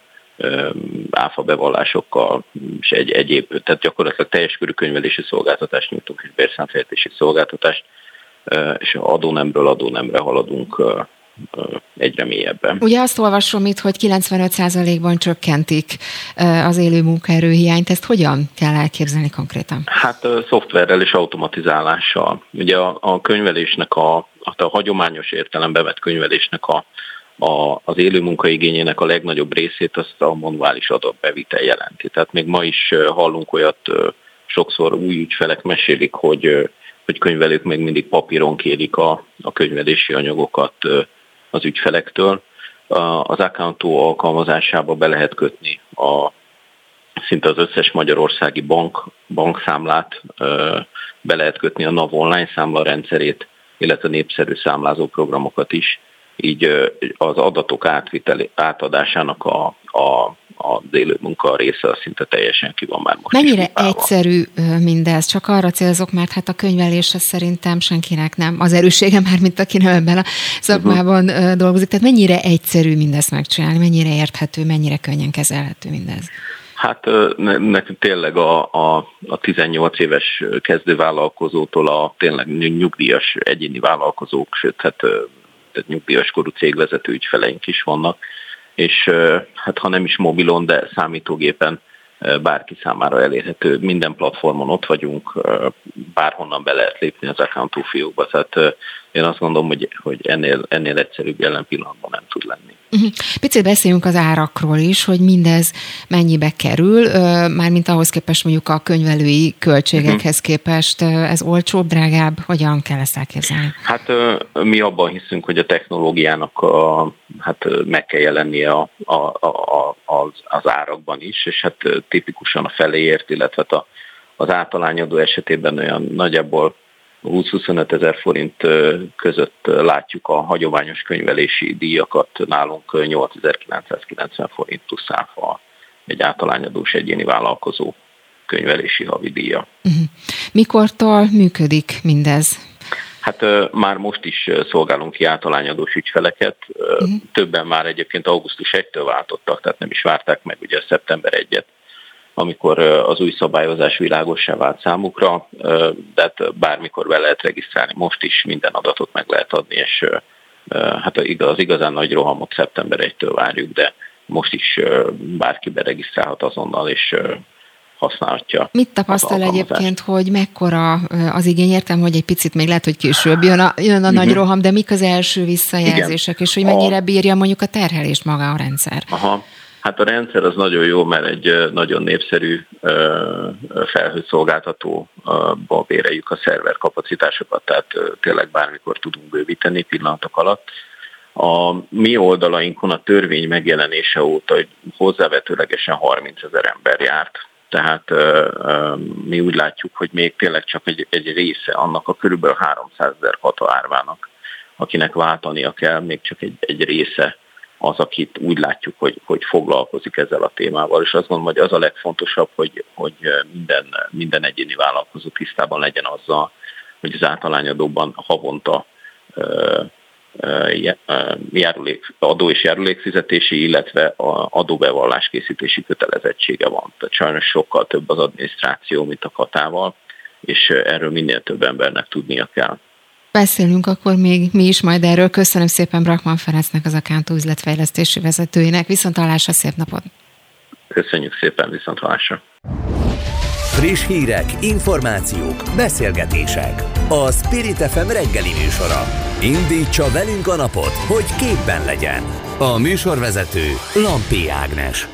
áfa bevallásokkal, és egyéb, tehát gyakorlatilag teljes körű könyvelési szolgáltatást nyújtunk, és bérszámfejtési szolgáltatást, és adónemről adónemre haladunk egyre mélyebben. Ugye azt olvasom itt, hogy 95%-ban csökkentik az élő munkaerőhiányt. Ezt hogyan kell elképzelni konkrétan? Hát szoftverrel és automatizálással. Ugye a könyvelésnek, a hagyományos értelembe vett könyvelésnek az élő munkaigényének a legnagyobb részét azt a manuális adatbevitel jelenti. Tehát még ma is hallunk olyat, sokszor új ügyfelek mesélik, hogy könyvelők még mindig papíron kérik a könyvelési anyagokat az ügyfelektől. Az Accountó alkalmazásába be lehet kötni szinte az összes magyarországi bankszámlát, be lehet kötni a NAV online számlarendszerét, illetve népszerű számlázó programokat is. Így az adatok átadásának az élő munka része szinte teljesen ki van már most. Mennyire egyszerű mindez? Csak arra célzok, mert hát a könyvelés szerintem senkinek nem az erőssége már, mint aki nem ebben a szakmában dolgozik. Tehát mennyire egyszerű mindezt megcsinálni? Mennyire érthető, mennyire könnyen kezelhető mindez? Hát nekünk tényleg a 18 éves kezdővállalkozótól a tényleg nyugdíjas egyéni vállalkozók, sőt, tehát nyugdíjas korú cégvezető ügyfeleink is vannak, és hát ha nem is mobilon, de számítógépen bárki számára elérhető. Minden platformon ott vagyunk, bárhonnan be lehet lépni az Accountó fiókba. Tehát én azt gondolom, hogy ennél egyszerűbb jelen pillanatban nem tud lenni. Picit beszéljünk az árakról is, hogy mindez mennyibe kerül, mármint ahhoz képest mondjuk a könyvelői költségekhez képest ez olcsóbb, drágább, hogyan kell ezt elképzelni? Hát mi abban hiszünk, hogy a technológiának meg kell jelennie az árakban is, és hát tipikusan a feléért, illetve az általányadó esetében olyan nagyjából 20-25 ezer forint között látjuk a hagyományos könyvelési díjakat, nálunk 8.990 forint plusz áfa egy általányadós egyéni vállalkozó könyvelési havidíja. Mikortól működik mindez? Hát már most is szolgálunk ki általányadós ügyfeleket. Többen már egyébként augusztus 1-től váltottak, tehát nem is várták meg ugye szeptember 1-et. amikor az új szabályozás világossá vált számukra, de hát bármikor be lehet regisztrálni, most is minden adatot meg lehet adni, és hát az igazán nagy rohamot szeptember 1-től várjuk, de most is bárki beregisztrálhat azonnal, és használhatja. Mit tapasztal egyébként, hogy mekkora az igény? Értem, hogy egy picit még lehet, hogy később jön a nagy roham, de mik az első visszajelzések, és hogy mennyire bírja mondjuk a terhelést maga a rendszer? Aha. Hát a rendszer az nagyon jó, mert egy nagyon népszerű felhőszolgáltatóba béreljük a szerver kapacitásokat, tehát tényleg bármikor tudunk bővíteni pillanatok alatt. A mi oldalainkon a törvény megjelenése óta hozzávetőlegesen 30 000 ember járt, tehát mi úgy látjuk, hogy még tényleg csak egy része annak a körülbelül 300 000 határvának, akinek váltania kell, még csak egy része az, akit úgy látjuk, hogy foglalkozik ezzel a témával, és azt gondolom, hogy az a legfontosabb, hogy minden egyéni vállalkozó tisztában legyen azzal, hogy az általányadóban havonta adó és járulékfizetési, illetve adóbevalláskészítési kötelezettsége van. Tehát sajnos sokkal több az adminisztráció, mint a katával, és erről minél több embernek tudnia kell. Beszélünk akkor még mi is majd erről. Köszönöm szépen Brackmann Ferencnek, az Akántó üzletfejlesztési vezetőjének. Viszonthallásra, szép napot! Köszönjük szépen, viszonthallásra! Friss hírek, információk, beszélgetések. A Spirit FM reggeli műsora. Indítsa velünk a napot, hogy képben legyen. A műsorvezető Lampi Ágnes.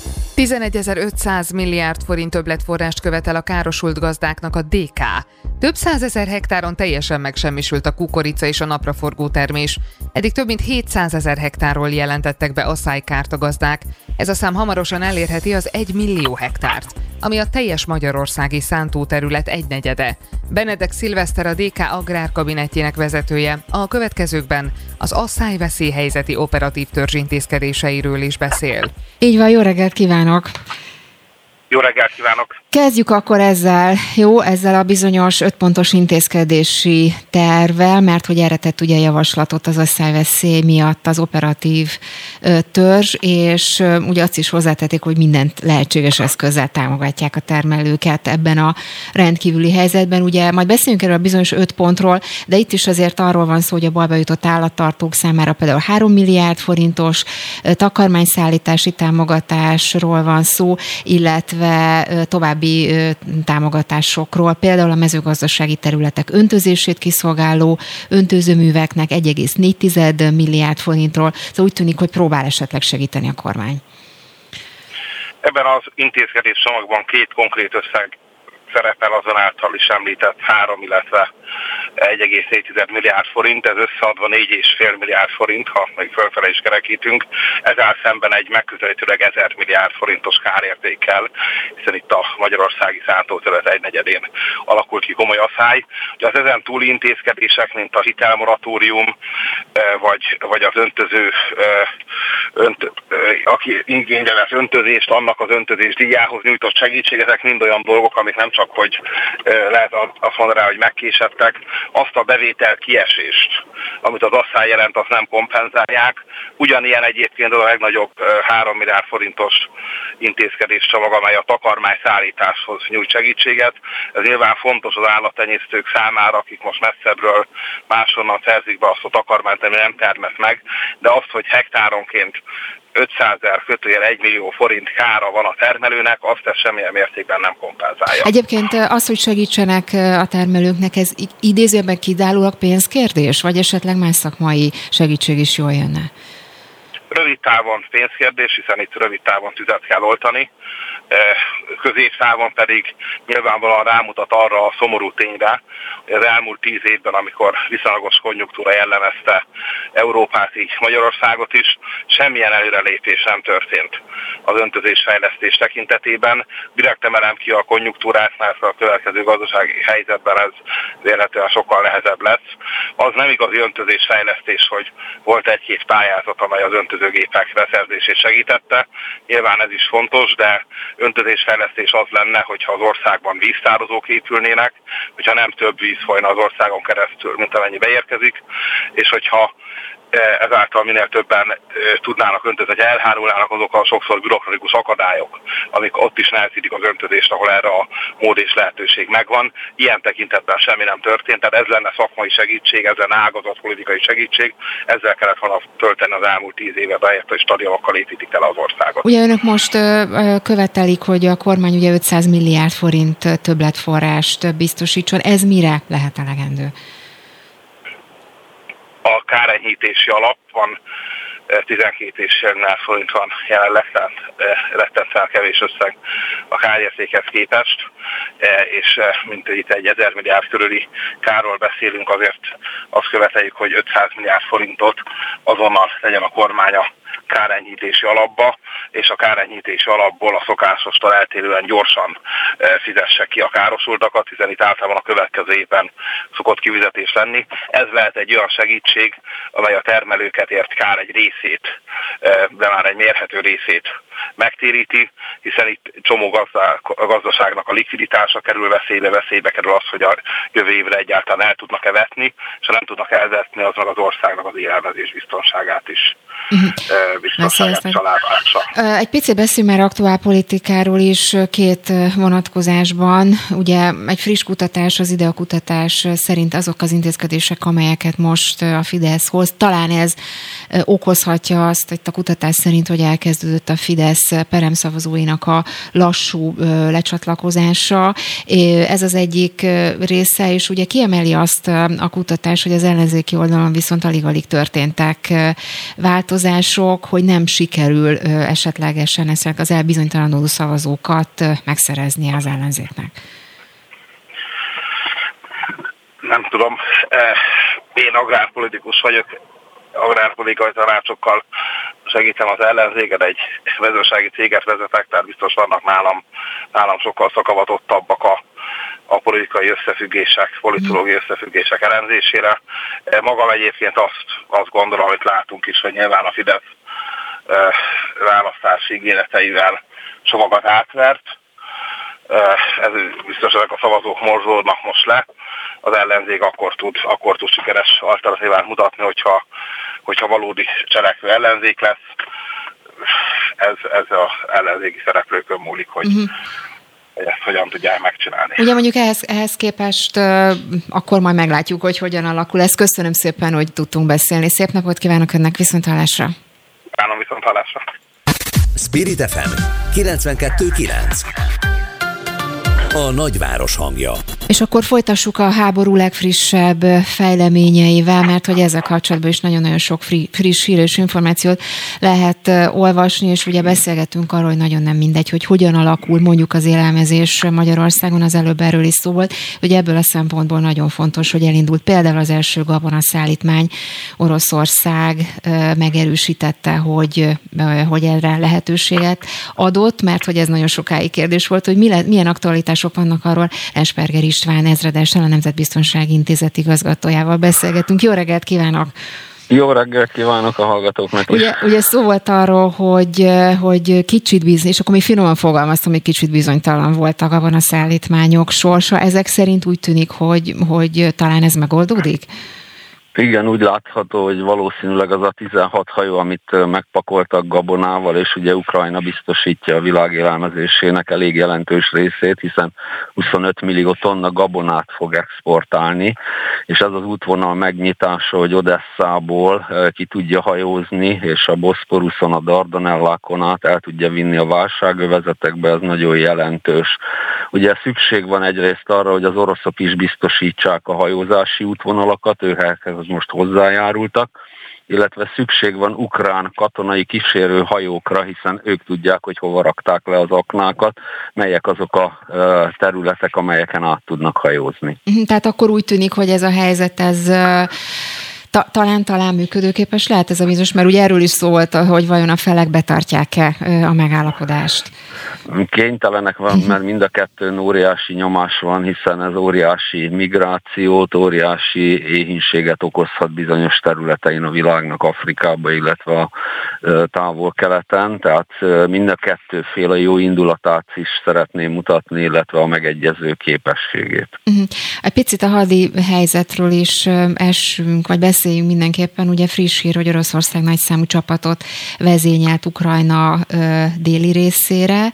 11.500 milliárd forint többletforrást követel a károsult gazdáknak a DK. Több 100 000 hektáron teljesen megsemmisült a kukorica és a napraforgó termés. Eddig több mint 700 000 hektárról jelentettek be asszálykárt a gazdák. Ez a szám hamarosan elérheti az 1 millió hektárt, ami a teljes magyarországi szántóterület 1/4. Benedek Szilveszter, a DK agrárkabinetjének vezetője a következőkben az asszályveszélyhelyzeti operatív törzsintézkedéseiről is beszél. Így van, jó reggelt kívánok! Jó reggelt kívánok! Kezdjük akkor ezzel a bizonyos 5 pontos intézkedési tervvel, mert hogy erre tett ugye javaslatot az asszályveszély miatt az operatív törzs, és ugye azt is hozzátették, hogy mindent lehetséges eszközzel támogatják a termelőket ebben a rendkívüli helyzetben. Ugye majd beszéljünk erről a bizonyos 5 pontról, de itt is azért arról van szó, hogy a bajba jutott állattartók számára például 3 milliárd forintos takarmányszállítási támogatásról van szó, illetve további támogatásokról, például a mezőgazdasági területek öntözését kiszolgáló öntözőműveknek 1,4 milliárd forintról. Szóval úgy tűnik, hogy próbál esetleg segíteni a kormány. Ebben az intézkedés csomagban 2 konkrét összeg szerepel azon által is említett 3, illetve 1,4 milliárd forint, ez összeadva 4,5 milliárd forint, ha meg fölfele is kerekítünk. Ezzel szemben egy megközelítőleg 1000 milliárd forintos kárértékkel, hiszen itt a magyarországi szántóterület 1/4 alakult ki komoly asszály. Ugye az ezen túli intézkedések, mint a hitelmoratórium, vagy az öntöző, aki igénybe vesz öntözést, annak az öntözés díjához nyújtott segítség, ezek mind olyan dolgok, amik nem csak hogy lehet azt mondani rá, hogy megkésettek, azt a bevétel kiesést, amit az asszály jelent, azt nem kompenzálják. Ugyanilyen egyébként a legnagyobb 3 milliárd forintos intézkedéscsomag, amely a takarmányszállításhoz nyújt segítséget. Ez nyilván fontos az állattenyésztők számára, akik most messzebbről máshonnan szerzik be azt a takarmányt, ami nem termesz meg, de azt, hogy hektáronként 500 000 1 millió forint kára van a termelőnek, azt ez semmilyen mértékben nem kompenzálja. Egyébként az, hogy segítsenek a termelőknek, ez idézőben kizárólag pénzkérdés, vagy esetleg más szakmai segítség is jól jönne? Rövid távon pénzkérdés, hiszen itt rövid távon tüzet kell oltani, középtávon pedig nyilvánvalóan rámutat arra a szomorú tényre, hogy az elmúlt 10 évben, amikor viszonylagos konjunktúra jellemezte Európát, így Magyarországot is, semmilyen előrelépés nem történt az öntözésfejlesztés tekintetében. Direkt emelem ki a konjunktúrát, mert a következő gazdasági helyzetben ez vélhetően sokkal nehezebb lesz. Az nem igazi öntözésfejlesztés, hogy volt 1-2 pályázat, amely az öntözőgépek beszerzését segítette. Nyilván ez is fontos, de öntözésfejlesztés az lenne, hogyha az országban víztározók épülnének, hogyha nem több víz folyna az országon keresztül, mint amennyi beérkezik, és hogyha ezáltal minél többen tudnának öntözni, hogy elhárulnának azok a sokszor bürokratikus akadályok, amik ott is nehezítik az öntözést, ahol erre a mód és lehetőség megvan. Ilyen tekintetben semmi nem történt, tehát ez lenne szakmai segítség, ez lenne ágazatpolitikai segítség, ezzel kellett volna tölteni az elmúlt 10 évet, helyett, hogy stadionokkal építik el az országot. Ugye önök most követelik, hogy a kormány ugye 500 milliárd forint többletforrást biztosítson. Ez mire lehet elegendő? A kárenyhítési alap van, 12,5 milliárd forint van jelenleg, tehát rettentően kevés összeg a kárértékhez képest, és mint itt egy 1000 milliárd körüli kárról beszélünk, azért azt követeljük, hogy 500 milliárd forintot azonnal legyen a kormány a kárenyhítési alapba, és a kárenyhítési alapból a szokásostól eltérően gyorsan fizesse ki a károsultakat, hiszen itt általában a következő évben szokott kifizetés lenni. Ez lehet egy olyan segítség, amely a termelőket ért kár egy részét, de már egy mérhető részét megtéríti, hiszen itt csomó gazdaságnak a likviditása kerül veszélybe kerül az, hogy a jövő évre egyáltalán el tudnak-e vetni, és ha nem tudnak elvetni, az meg az országnak az élelmezés biztonságát is. Egy picit beszéljünk már aktuálpolitikáról is két vonatkozásban. Ugye egy friss kutatás, az IDEA kutatás szerint azok az intézkedések, amelyeket most a Fidesz hoz, talán ez okozhatja azt, hogy a kutatás szerint, hogy elkezdődött a Fidesz peremszavazóinak a lassú lecsatlakozása. Ez az egyik része, és ugye kiemeli azt a kutatás, hogy az ellenzéki oldalon viszont alig-alig történtek változások, hogy nem sikerül esetlegesen ezek az elbizonytalanodó szavazókat megszerezni az ellenzéknek. Nem tudom, én agrárpolitikus vagyok, agrárpolitikai tanácsokkal segítem az ellenzéket, egy vezérsági céget vezetek, tehát biztos vannak nálam sokkal szakavatottabbak a politikai összefüggések, politológiai összefüggések elemzésére. Magam egyébként azt gondolom, amit látunk is, hogy nyilván a Fidesz választási ígéreteivel sokakat átvert. Ez biztos, ezek a szavazók morzsolódnak most le. Az ellenzék akkor tud sikeres alternatívát mutatni, hogyha valódi cselekvő ellenzék lesz. Ez az ellenzéki szereplőkön múlik, hogy ezt hogyan tudják megcsinálni. Ugye mondjuk ehhez képest akkor majd meglátjuk, hogy hogyan alakul ez. Köszönöm szépen, hogy tudtunk beszélni. Szép napot kívánok önnek, viszonthallásra. Kívánom, viszonthallásra. Spirit FM 92.9. A nagyváros hangja. És akkor folytassuk a háború legfrissebb fejleményeivel, mert hogy ezzel kapcsolatban is nagyon-nagyon sok friss hír és információt lehet olvasni, és ugye beszélgetünk arról, hogy nagyon nem mindegy, hogy hogyan alakul mondjuk az élelmezés Magyarországon, az előbb erről is szó volt, hogy ebből a szempontból nagyon fontos, hogy elindult például az első gabonaszállítmány. Oroszország megerősítette, hogy erre lehetőséget adott, mert hogy ez nagyon sokáig kérdés volt, hogy milyen aktualitások vannak arról. Esperger István ezredessel, a Nemzetbiztonsági Intézet igazgatójával beszélgetünk. Jó reggelt kívánok! Jó reggelt kívánok a hallgatóknak is. Ugye szó volt arról, hogy kicsit és akkor még finoman fogalmaztam, hogy kicsit bizonytalan volt a gabonaszállítmányok sorsa. Ezek szerint úgy tűnik, hogy talán ez megoldódik? Igen, úgy látható, hogy valószínűleg az a 16 hajó, amit megpakoltak gabonával, és ugye Ukrajna biztosítja a világ élelmezésének elég jelentős részét, hiszen 25 millió tonna gabonát fog exportálni, és ez az útvonal megnyitása, hogy Odesszából ki tudja hajózni, és a Boszporuszon, a Dardanellákon át el tudja vinni a válságövezetekbe, ez nagyon jelentős. Ugye szükség van egyrészt arra, hogy az oroszok is biztosítsák a hajózási útvonalakat, őkhez most hozzájárultak, illetve szükség van ukrán katonai kísérő hajókra, hiszen ők tudják, hogy hova rakták le az aknákat, melyek azok a területek, amelyeken át tudnak hajózni. Tehát akkor úgy tűnik, hogy ez a helyzet, ez talán működőképes lehet ez a bizonyos, mert ugye erről is szó volt, hogy vajon a felek betartják-e a megállapodást. Kénytelenek van, mert mind a kettőn óriási nyomás van, hiszen ez óriási migrációt, óriási éhínséget okozhat bizonyos területein a világnak, Afrikába, illetve a távol-keleten, tehát mind a kettő fél a jó indulatát is szeretné mutatni, illetve a megegyező képességét. Egy picit a hadi helyzetről is essünk, vagy beszéljünk mindenképpen. Ugye friss hír, hogy Oroszország nagyszámú csapatot vezényelt Ukrajna déli részére.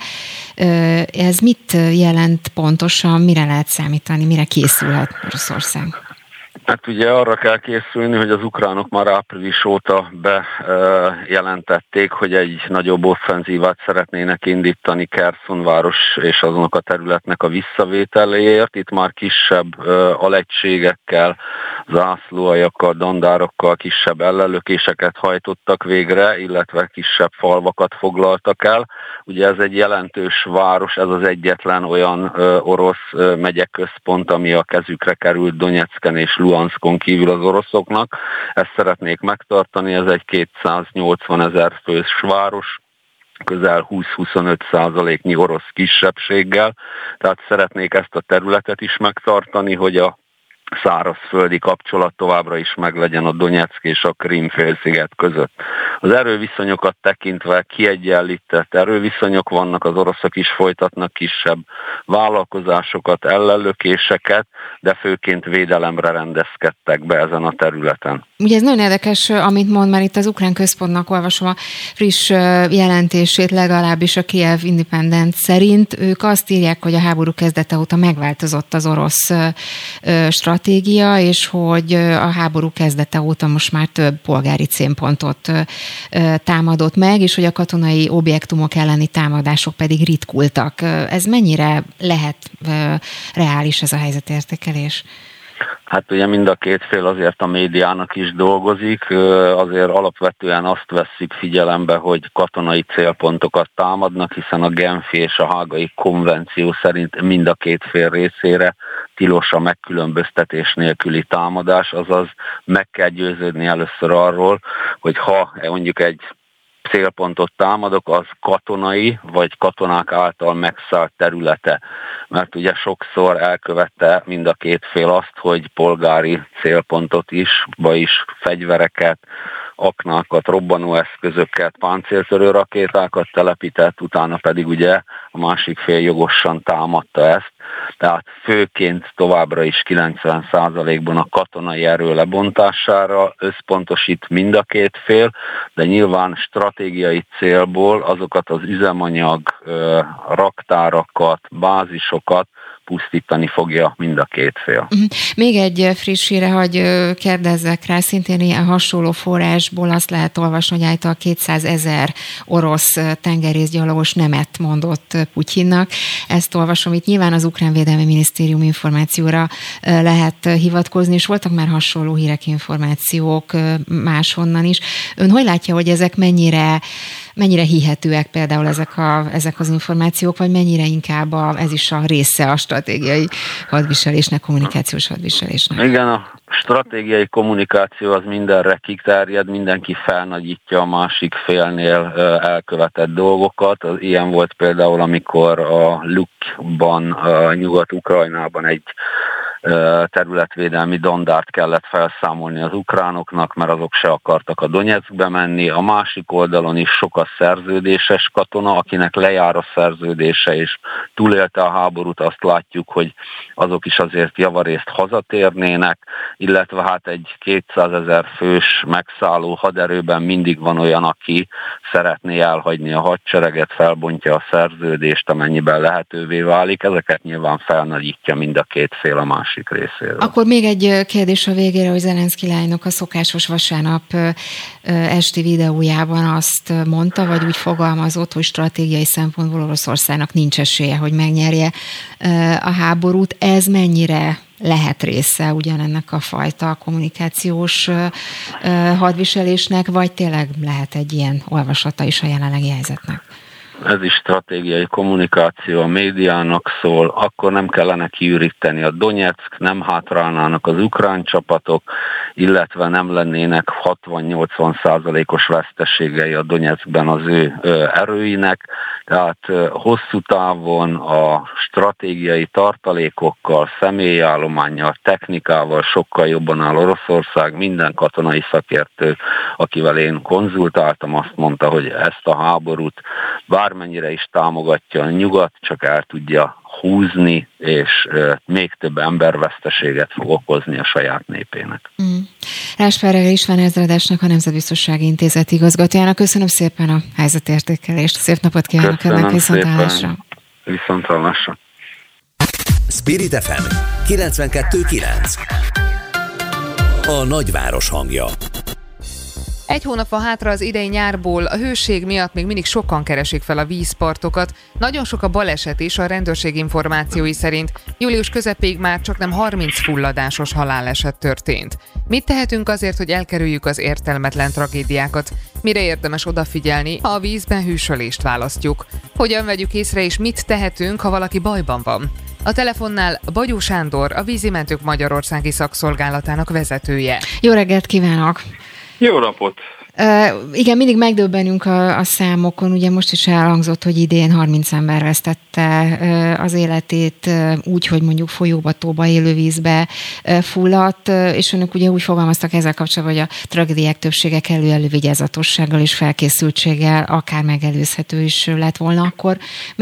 Ez mit jelent pontosan, mire lehet számítani, mire készülhet Oroszország? Hát ugye arra kell készülni, hogy az ukránok már április óta bejelentették, hogy egy nagyobb offenzívát szeretnének indítani Kherson város és azonok a területnek a visszavételéért. Itt már kisebb alegységekkel, zászlóaljakkal, dandárokkal kisebb ellenlökéseket hajtottak végre, illetve kisebb falvakat foglaltak el. Ugye ez egy jelentős város, ez az egyetlen olyan orosz megyeközpont, ami a kezükre került Donyecken és Luhanskon kívül az oroszoknak. Ezt szeretnék megtartani, ez egy 280 000 fős város, közel 20-25%-nyi orosz kisebbséggel, tehát szeretnék ezt a területet is megtartani, hogy a szárazföldi kapcsolat továbbra is meglegyen a Donyeck és a Krím-félsziget között. Az erőviszonyokat tekintve kiegyenlített erőviszonyok vannak, az oroszok is folytatnak kisebb vállalkozásokat, ellenlökéseket, de főként védelemre rendezkedtek be ezen a területen. Ugye ez nagyon érdekes, amit mond, már itt az ukrán központnak olvasom a friss jelentését, legalábbis a Kiev Independent szerint. Ők azt írják, hogy a háború kezdete óta megváltozott az orosz stratégia, és hogy a háború kezdete óta most már több polgári célpontot támadott meg, és hogy a katonai objektumok elleni támadások pedig ritkultak. Ez mennyire lehet reális, ez a helyzetértékelés? Hát ugye mind a két fél azért a médiának is dolgozik, azért alapvetően azt vesszük figyelembe, hogy katonai célpontokat támadnak, hiszen a Genfi és a Hágai konvenció szerint mind a két fél részére tilos a megkülönböztetés nélküli támadás, azaz meg kell győződni először arról, hogy ha mondjuk egy célpontot támadok, az katonai vagy katonák által megszállt területe. Mert ugye sokszor elkövette mind a két fél azt, hogy polgári célpontot is, vagyis fegyvereket, aknákat, robbanóeszközöket, páncéltörő rakétákat telepített, utána pedig ugye a másik fél jogosan támadta ezt. Tehát főként továbbra is 90%-ban a katonai erő lebontására összpontosít mind a két fél, de nyilván stratégiai célból azokat az üzemanyag raktárakat, bázisokat pusztítani fogja mind a két fél. Még egy friss híre, hogy kérdezzek rá, szintén ilyen hasonló forrásból azt lehet olvasni, hogy által 200 000 orosz tengerészgyalogos nemet mondott Putyinnak. Ezt olvasom, itt nyilván az Ukrán Védelmi Minisztérium információra lehet hivatkozni, és voltak már hasonló hírek, információk máshonnan is. Ön hogy látja, hogy ezek mennyire hihetőek például ezek az információk, vagy mennyire inkább ez is a része a stratégiai hadviselésnek, kommunikációs hadviselésnek? Igen, a stratégiai kommunikáció az mindenre kiterjed, mindenki felnagyítja a másik félnél elkövetett dolgokat. Az ilyen volt például, amikor a Lukban, Nyugat-Ukrajnában egy területvédelmi dandárt kellett felszámolni az ukránoknak, mert azok se akartak a Donyeckbe menni. A másik oldalon is sok a szerződéses katona, akinek lejár a szerződése és túlélte a háborút, azt látjuk, hogy azok is azért javarészt hazatérnének, illetve hát egy 200 000 fős megszálló haderőben mindig van olyan, aki szeretné elhagyni a hadsereget, felbontja a szerződést, amennyiben lehetővé válik. Ezeket nyilván felnagyítja mind a két fél a másik részéről. Akkor még egy kérdés a végére, hogy Zelenszky lánynak a szokásos vasárnap esti videójában azt mondta, vagy úgy fogalmazott, hogy stratégiai szempontból Oroszországnak nincs esélye, hogy megnyerje a háborút. Ez mennyire lehet része ugyanennek a fajta kommunikációs hadviselésnek, vagy tényleg lehet egy ilyen olvasata is a jelenlegi helyzetnek? ez is stratégiai kommunikáció, a médiának szól, akkor nem kellene kiüríteni a Donetsk, nem hátrálnának az ukrán csapatok, illetve nem lennének 60-80%-os veszteségei a Donetskben az ő erőinek, tehát hosszú távon a stratégiai tartalékokkal, személyállománnyal, technikával sokkal jobban áll Oroszország. Minden katonai szakértő, akivel én konzultáltam, azt mondta, hogy ezt a háborút bármennyire is támogatja a nyugat, csak el tudja húzni, és még több emberveszteséget fog okozni a saját népének. Rásperger István ezredesnek, a Nemzetbiztonsági Intézet igazgatójának. Köszönöm szépen a helyzetértékelést. Szép napot kívánok önnek, viszonthallásra. Viszonthallásra. Spirit FM 92.9. A nagyváros hangja. Egy hónap van hátra az idei nyárból, a hőség miatt még mindig sokan keresik fel a vízpartokat. Nagyon sok a baleset is, a rendőrség információi szerint. Július közepéig már csaknem 30 fulladásos haláleset történt. Mit tehetünk azért, hogy elkerüljük az értelmetlen tragédiákat? Mire érdemes odafigyelni, ha a vízben hűsölést választjuk? Hogyan vegyük észre, és mit tehetünk, ha valaki bajban van? A telefonnál Bagyó Sándor, a Vízimentők Magyarországi Szakszolgálatának vezetője. Jó reggelt kívánok! Jó napot! Igen, mindig megdöbbenünk a számokon, ugye most is elhangzott, hogy idén 30 ember vesztette az életét úgy, hogy mondjuk folyóba, tóba, élővízbe fulladt, és önök ugye úgy fogalmaztak ezzel kapcsolatban, hogy a tragédiák többsége kellő elővigyázatossággal és felkészültséggel akár megelőzhető is lett volna, akkor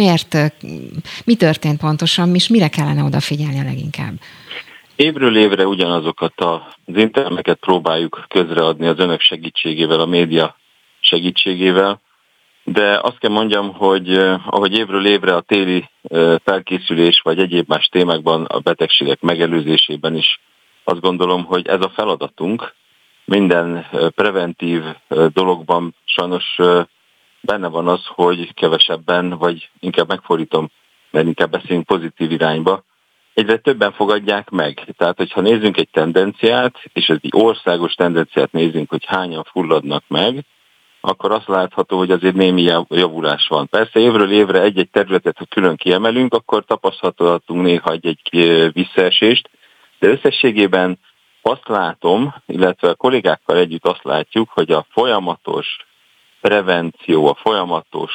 mi történt pontosan, és mire kellene odafigyelni a leginkább? Évről évre ugyanazokat az intelmeket próbáljuk közreadni az önök segítségével, a média segítségével, de azt kell mondjam, hogy ahogy évről évre a téli felkészülés vagy egyéb más témákban, a betegségek megelőzésében is azt gondolom, hogy ez a feladatunk. Minden preventív dologban sajnos benne van az, hogy kevesebben, vagy inkább megfordítom, mert inkább beszélünk pozitív irányba, egyre többen fogadják meg. Tehát, hogyha nézzünk egy tendenciát, és egy országos tendenciát nézzünk, hogy hányan fulladnak meg, akkor azt látható, hogy azért némi javulás van. Persze évről évre egy-egy területet, ha külön kiemelünk, akkor tapasztalhatunk néha egy visszaesést, de összességében azt látom, illetve a kollégákkal együtt azt látjuk, hogy a folyamatos prevenció, a folyamatos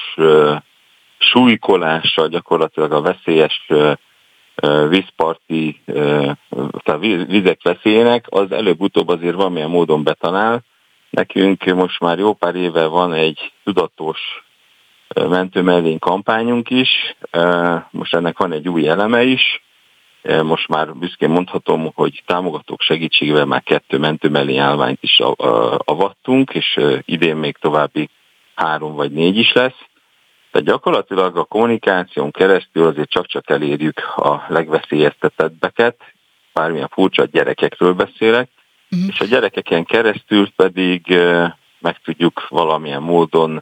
súlykolással gyakorlatilag a veszélyes vízparti, tehát vizek veszélyének, az előbb-utóbb azért valamilyen módon betanál. Nekünk most már jó pár éve van egy tudatos mentőmellény kampányunk is, most ennek van egy új eleme is, most már büszkén mondhatom, hogy támogatók segítségével már 2 mentőmellény állványt is avattunk, és idén még további 3 vagy 4 is lesz. Tehát gyakorlatilag a kommunikáción keresztül azért csak elérjük a legveszélyeztetetteket, bármilyen furcsa, gyerekekről beszélek, és a gyerekeken keresztül pedig meg tudjuk valamilyen módon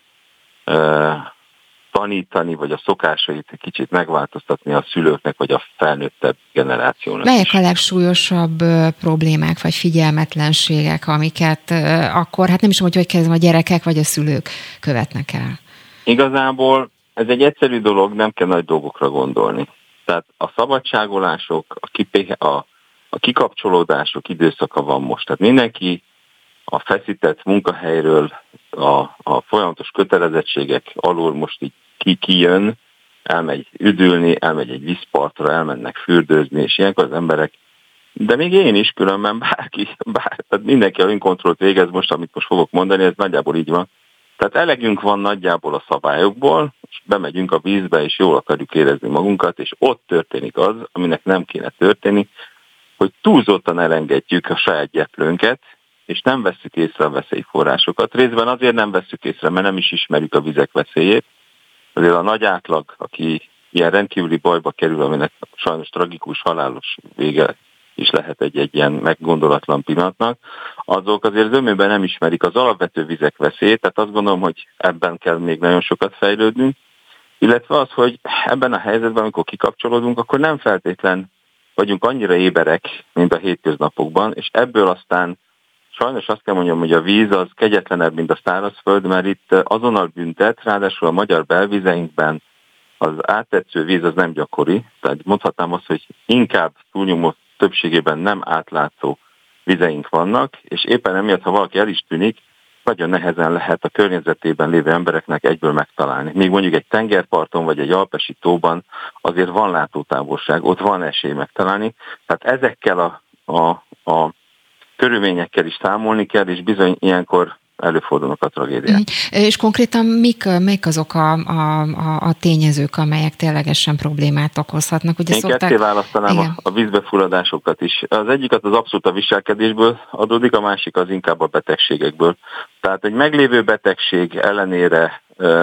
tanítani, vagy a szokásait kicsit megváltoztatni a szülőknek, vagy a felnőttebb generációnak. Melyek a legsúlyosabb problémák, vagy figyelmetlenségek, amiket akkor, hát nem is tudom, hogy kezdem, a gyerekek, vagy a szülők követnek el? Igazából ez egy egyszerű dolog, nem kell nagy dolgokra gondolni. Tehát a szabadságolások, a kikapcsolódások időszaka van most. Tehát mindenki a feszített munkahelyről, a folyamatos kötelezettségek alól most így kijön, elmegy üdülni, elmegy egy vízpartra, elmennek fürdőzni, és ilyenkor az emberek, de még én is különben tehát mindenki a önkontrollt végez most, amit most fogok mondani, ez nagyjából így van. Tehát elegünk van nagyjából a szabályokból, és bemegyünk a vízbe, és jól akarjuk érezni magunkat, és ott történik az, aminek nem kéne történni, hogy túlzottan elengedjük a saját gyeplőnket, és nem vesszük észre a veszélyforrásokat. Részben azért nem vesszük észre, mert nem is ismerjük a vizek veszélyét. Azért a nagy átlag, aki ilyen rendkívüli bajba kerül, aminek sajnos tragikus, halálos vége is lehet egy ilyen meggondolatlan pillanatnak, azok azért zömében nem ismerik az alapvető vizek veszélyét, tehát azt gondolom, hogy ebben kell még nagyon sokat fejlődnünk, illetve az, hogy ebben a helyzetben, amikor kikapcsolódunk, akkor nem feltétlen vagyunk annyira éberek, mint a hétköznapokban, és ebből aztán sajnos azt kell mondjam, hogy a víz az kegyetlenebb, mint a szárazföld, mert itt azonnal büntet, ráadásul a magyar belvizeinkben az áttetsző víz az nem gyakori, tehát mondhatnám azt, hogy inkább túlnyomó többségében nem átlátszó vizeink vannak, és éppen emiatt, ha valaki el is tűnik, nagyon nehezen lehet a környezetében lévő embereknek egyből megtalálni. Míg mondjuk egy tengerparton vagy egy alpesi tóban azért van látótávolság, ott van esély megtalálni. Tehát ezekkel a körülményekkel is számolni kell, és bizony ilyenkor előfordulnak a tragédiák. És konkrétan mik azok a tényezők, amelyek ténylegesen problémát okozhatnak? Ugye én ketté választanám a vízbefuradásokat is. Az egyiket az abszolút a viselkedésből adódik, a másik az inkább a betegségekből. Tehát egy meglévő betegség ellenére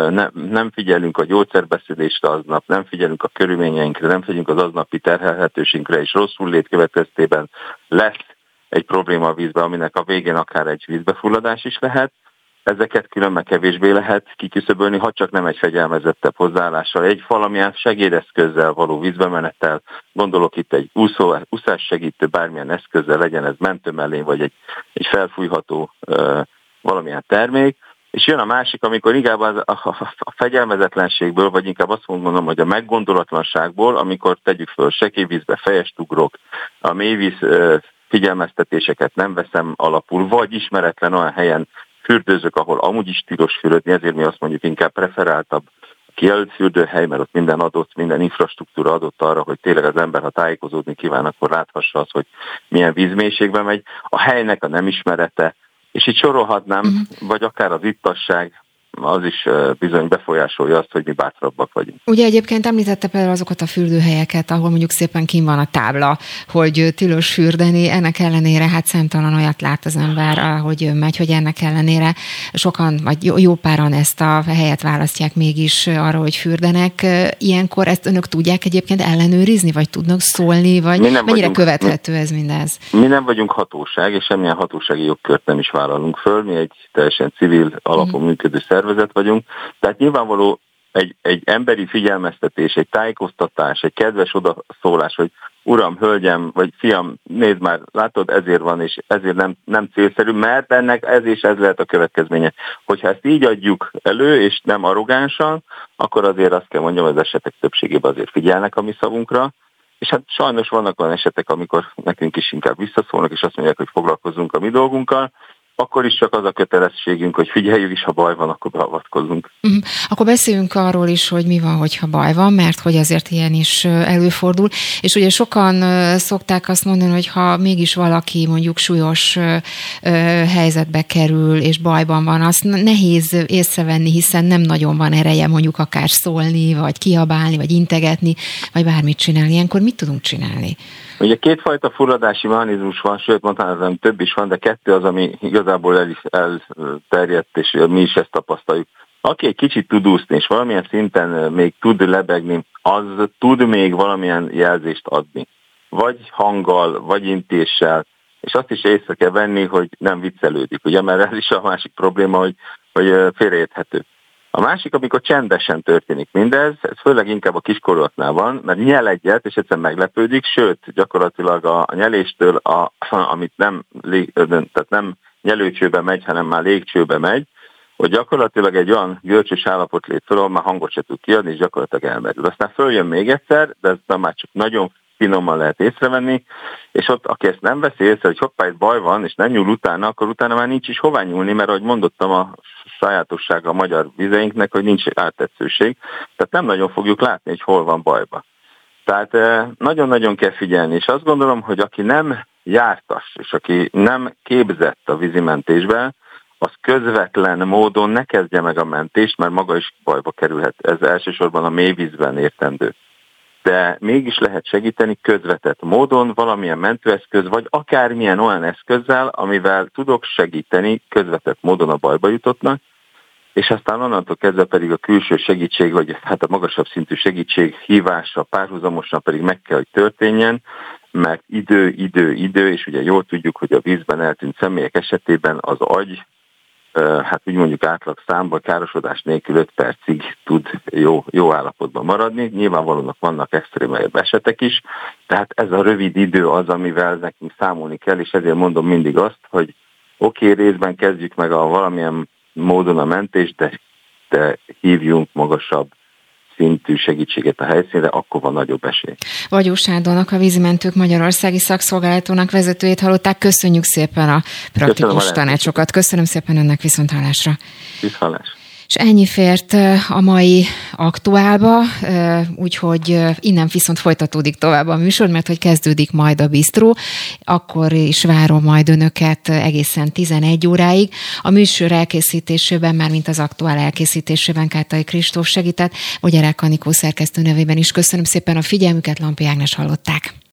nem figyelünk a gyógyszerbeszedésre aznap, nem figyelünk a körülményeinkre, nem figyelünk az aznapi terhelhetőségre, és rosszul lét következtében lesz egy probléma a vízben, aminek a végén akár egy vízbefulladás is lehet. Ezeket különben kevésbé lehet kiküszöbölni, ha csak nem egy fegyelmezettebb hozzáállással, egy valamilyen segédeszközzel való vízbemenettel, gondolok itt egy úszás segítő bármilyen eszközzel, legyen ez mentőmellény, vagy egy felfújható valamilyen termék. És jön a másik, amikor inkább a fegyelmezetlenségből, vagy inkább azt mondom, hogy a meggondolatlanságból, amikor tegyük föl sekélyvízbe fejest ugrok, a mélyvíz figyelmeztetéseket nem veszem alapul, vagy ismeretlen olyan helyen fürdőzök, ahol amúgy is tilos fürödni, ezért mi azt mondjuk inkább preferáltabb kijelölt fürdőhely, mert ott minden adott, minden infrastruktúra adott arra, hogy tényleg az ember, ha tájékozódni kíván, akkor láthassa azt, hogy milyen vízmélységben megy. A helynek a nem ismerete, és így sorolhatnám, vagy akár az ittasság, az is bizony befolyásolja azt, hogy mi bátrabbak vagyunk. Ugye egyébként említette például azokat a fürdőhelyeket, ahol mondjuk szépen kín van a tábla, hogy tilos fürdeni, ennek ellenére hát számtalan olyat lát az ember, ahogy megy, hogy ennek ellenére sokan, vagy jó páran ezt a helyet választják mégis arra, hogy fürdenek. Ilyenkor ezt önök tudják egyébként ellenőrizni, vagy tudnak szólni, vagy mennyire követhető ez mindez? Mi nem vagyunk hatóság, és semmilyen hatósági jogkört nem is vállalunk föl, mi egy teljesen civil alapon működő szervezet vagyunk, tehát nyilvánvaló egy emberi figyelmeztetés, egy tájékoztatás, egy kedves odaszólás, hogy uram, hölgyem, vagy fiam, nézd már, látod, ezért van, és ezért nem célszerű, mert ennek ez és ez lehet a következménye. Hogyha ezt így adjuk elő, és nem arrogánsan, akkor azért azt kell mondjam, az esetek többségében azért figyelnek a mi szavunkra, és hát sajnos vannak olyan esetek, amikor nekünk is inkább visszaszólnak, és azt mondják, hogy foglalkozzunk a mi dolgunkkal, akkor is csak az a kötelességünk, hogy figyeljük, és ha baj van, akkor beavatkozunk. Akkor beszéljünk arról is, hogy mi van, hogyha baj van, mert hogy azért ilyen is előfordul. És ugye sokan szokták azt mondani, hogy ha mégis valaki mondjuk súlyos helyzetbe kerül, és bajban van, azt nehéz észrevenni, hiszen nem nagyon van ereje mondjuk akár szólni, vagy kiabálni, vagy integetni, vagy bármit csinálni. Ilyenkor mit tudunk csinálni? Ugye kétfajta furadási mechanizmus van, sőt, mondhatnám, több is van, de kettő az, ami igazából elterjedt, és mi is ezt tapasztaljuk. Aki egy kicsit tud úszni, és valamilyen szinten még tud lebegni, az tud még valamilyen jelzést adni. Vagy hanggal, vagy intéssel, és azt is észre kell venni, hogy nem viccelődik, ugye, mert ez is a másik probléma, hogy félreérthető. A másik, amikor csendesen történik mindez, ez főleg inkább a kiskorúaknál van, mert nyel egyet, és egyszerűen meglepődik, sőt, gyakorlatilag a nyeléstől, amit tehát nem nyelőcsőbe megy, hanem már légcsőbe megy, hogy gyakorlatilag egy olyan görcsös állapot lép föl, ahol már hangot se tud kiadni, és gyakorlatilag elmerül. Aztán följön még egyszer, de ez már csak nagyon finoman lehet észrevenni, és ott, aki ezt nem veszi észre, hogy hoppá, itt baj van, és nem nyúl utána, akkor utána már nincs is hová nyúlni, mert ahogy mondottam, a sajátossága a magyar vizeinknek, hogy nincs áttetszőség, tehát nem nagyon fogjuk látni, hogy hol van bajba. Tehát nagyon-nagyon kell figyelni, és azt gondolom, hogy aki nem jártas, és aki nem képzett a vízimentésben, az közvetlen módon ne kezdje meg a mentést, mert maga is bajba kerülhet. Ez elsősorban a mélyvízben értendő. De mégis lehet segíteni közvetett módon, valamilyen mentőeszköz, vagy akármilyen olyan eszközzel, amivel tudok segíteni közvetett módon a bajba jutottnak, és aztán onnantól kezdve pedig a külső segítség, vagy hát a magasabb szintű segítség hívása párhuzamosan pedig meg kell, hogy történjen, mert idő, és ugye jól tudjuk, hogy a vízben eltűnt személyek esetében az agy, hát úgy mondjuk átlag számban károsodás nélkül 5 percig tud jó állapotban maradni. Nyilvánvalóan vannak extrémebb esetek is, tehát ez a rövid idő az, amivel nekünk számolni kell, és ezért mondom mindig azt, hogy oké, részben kezdjük meg valamilyen módon a mentést, de hívjunk magasabb szintű segítséget a helyszínre, akkor van nagyobb esély. Vagyó Sándornak, a Vízimentők Magyarországi Szakszolgálatának vezetőjét hallották. Köszönjük szépen a praktikus tanácsokat. Köszönöm szépen önnek, viszonthallásra. Viszonthallásra. És ennyi fért a mai aktuálba, úgyhogy innen viszont folytatódik tovább a műsor, mert hogy kezdődik majd a bisztró, akkor is várom majd önöket egészen 11 óráig. A műsor elkészítésében, mármint az aktuál elkészítésében Kátai Kristóf segített, Bogyarák Anikó szerkesztő nevében is köszönöm szépen a figyelmüket, Lampi Ágnes hallották.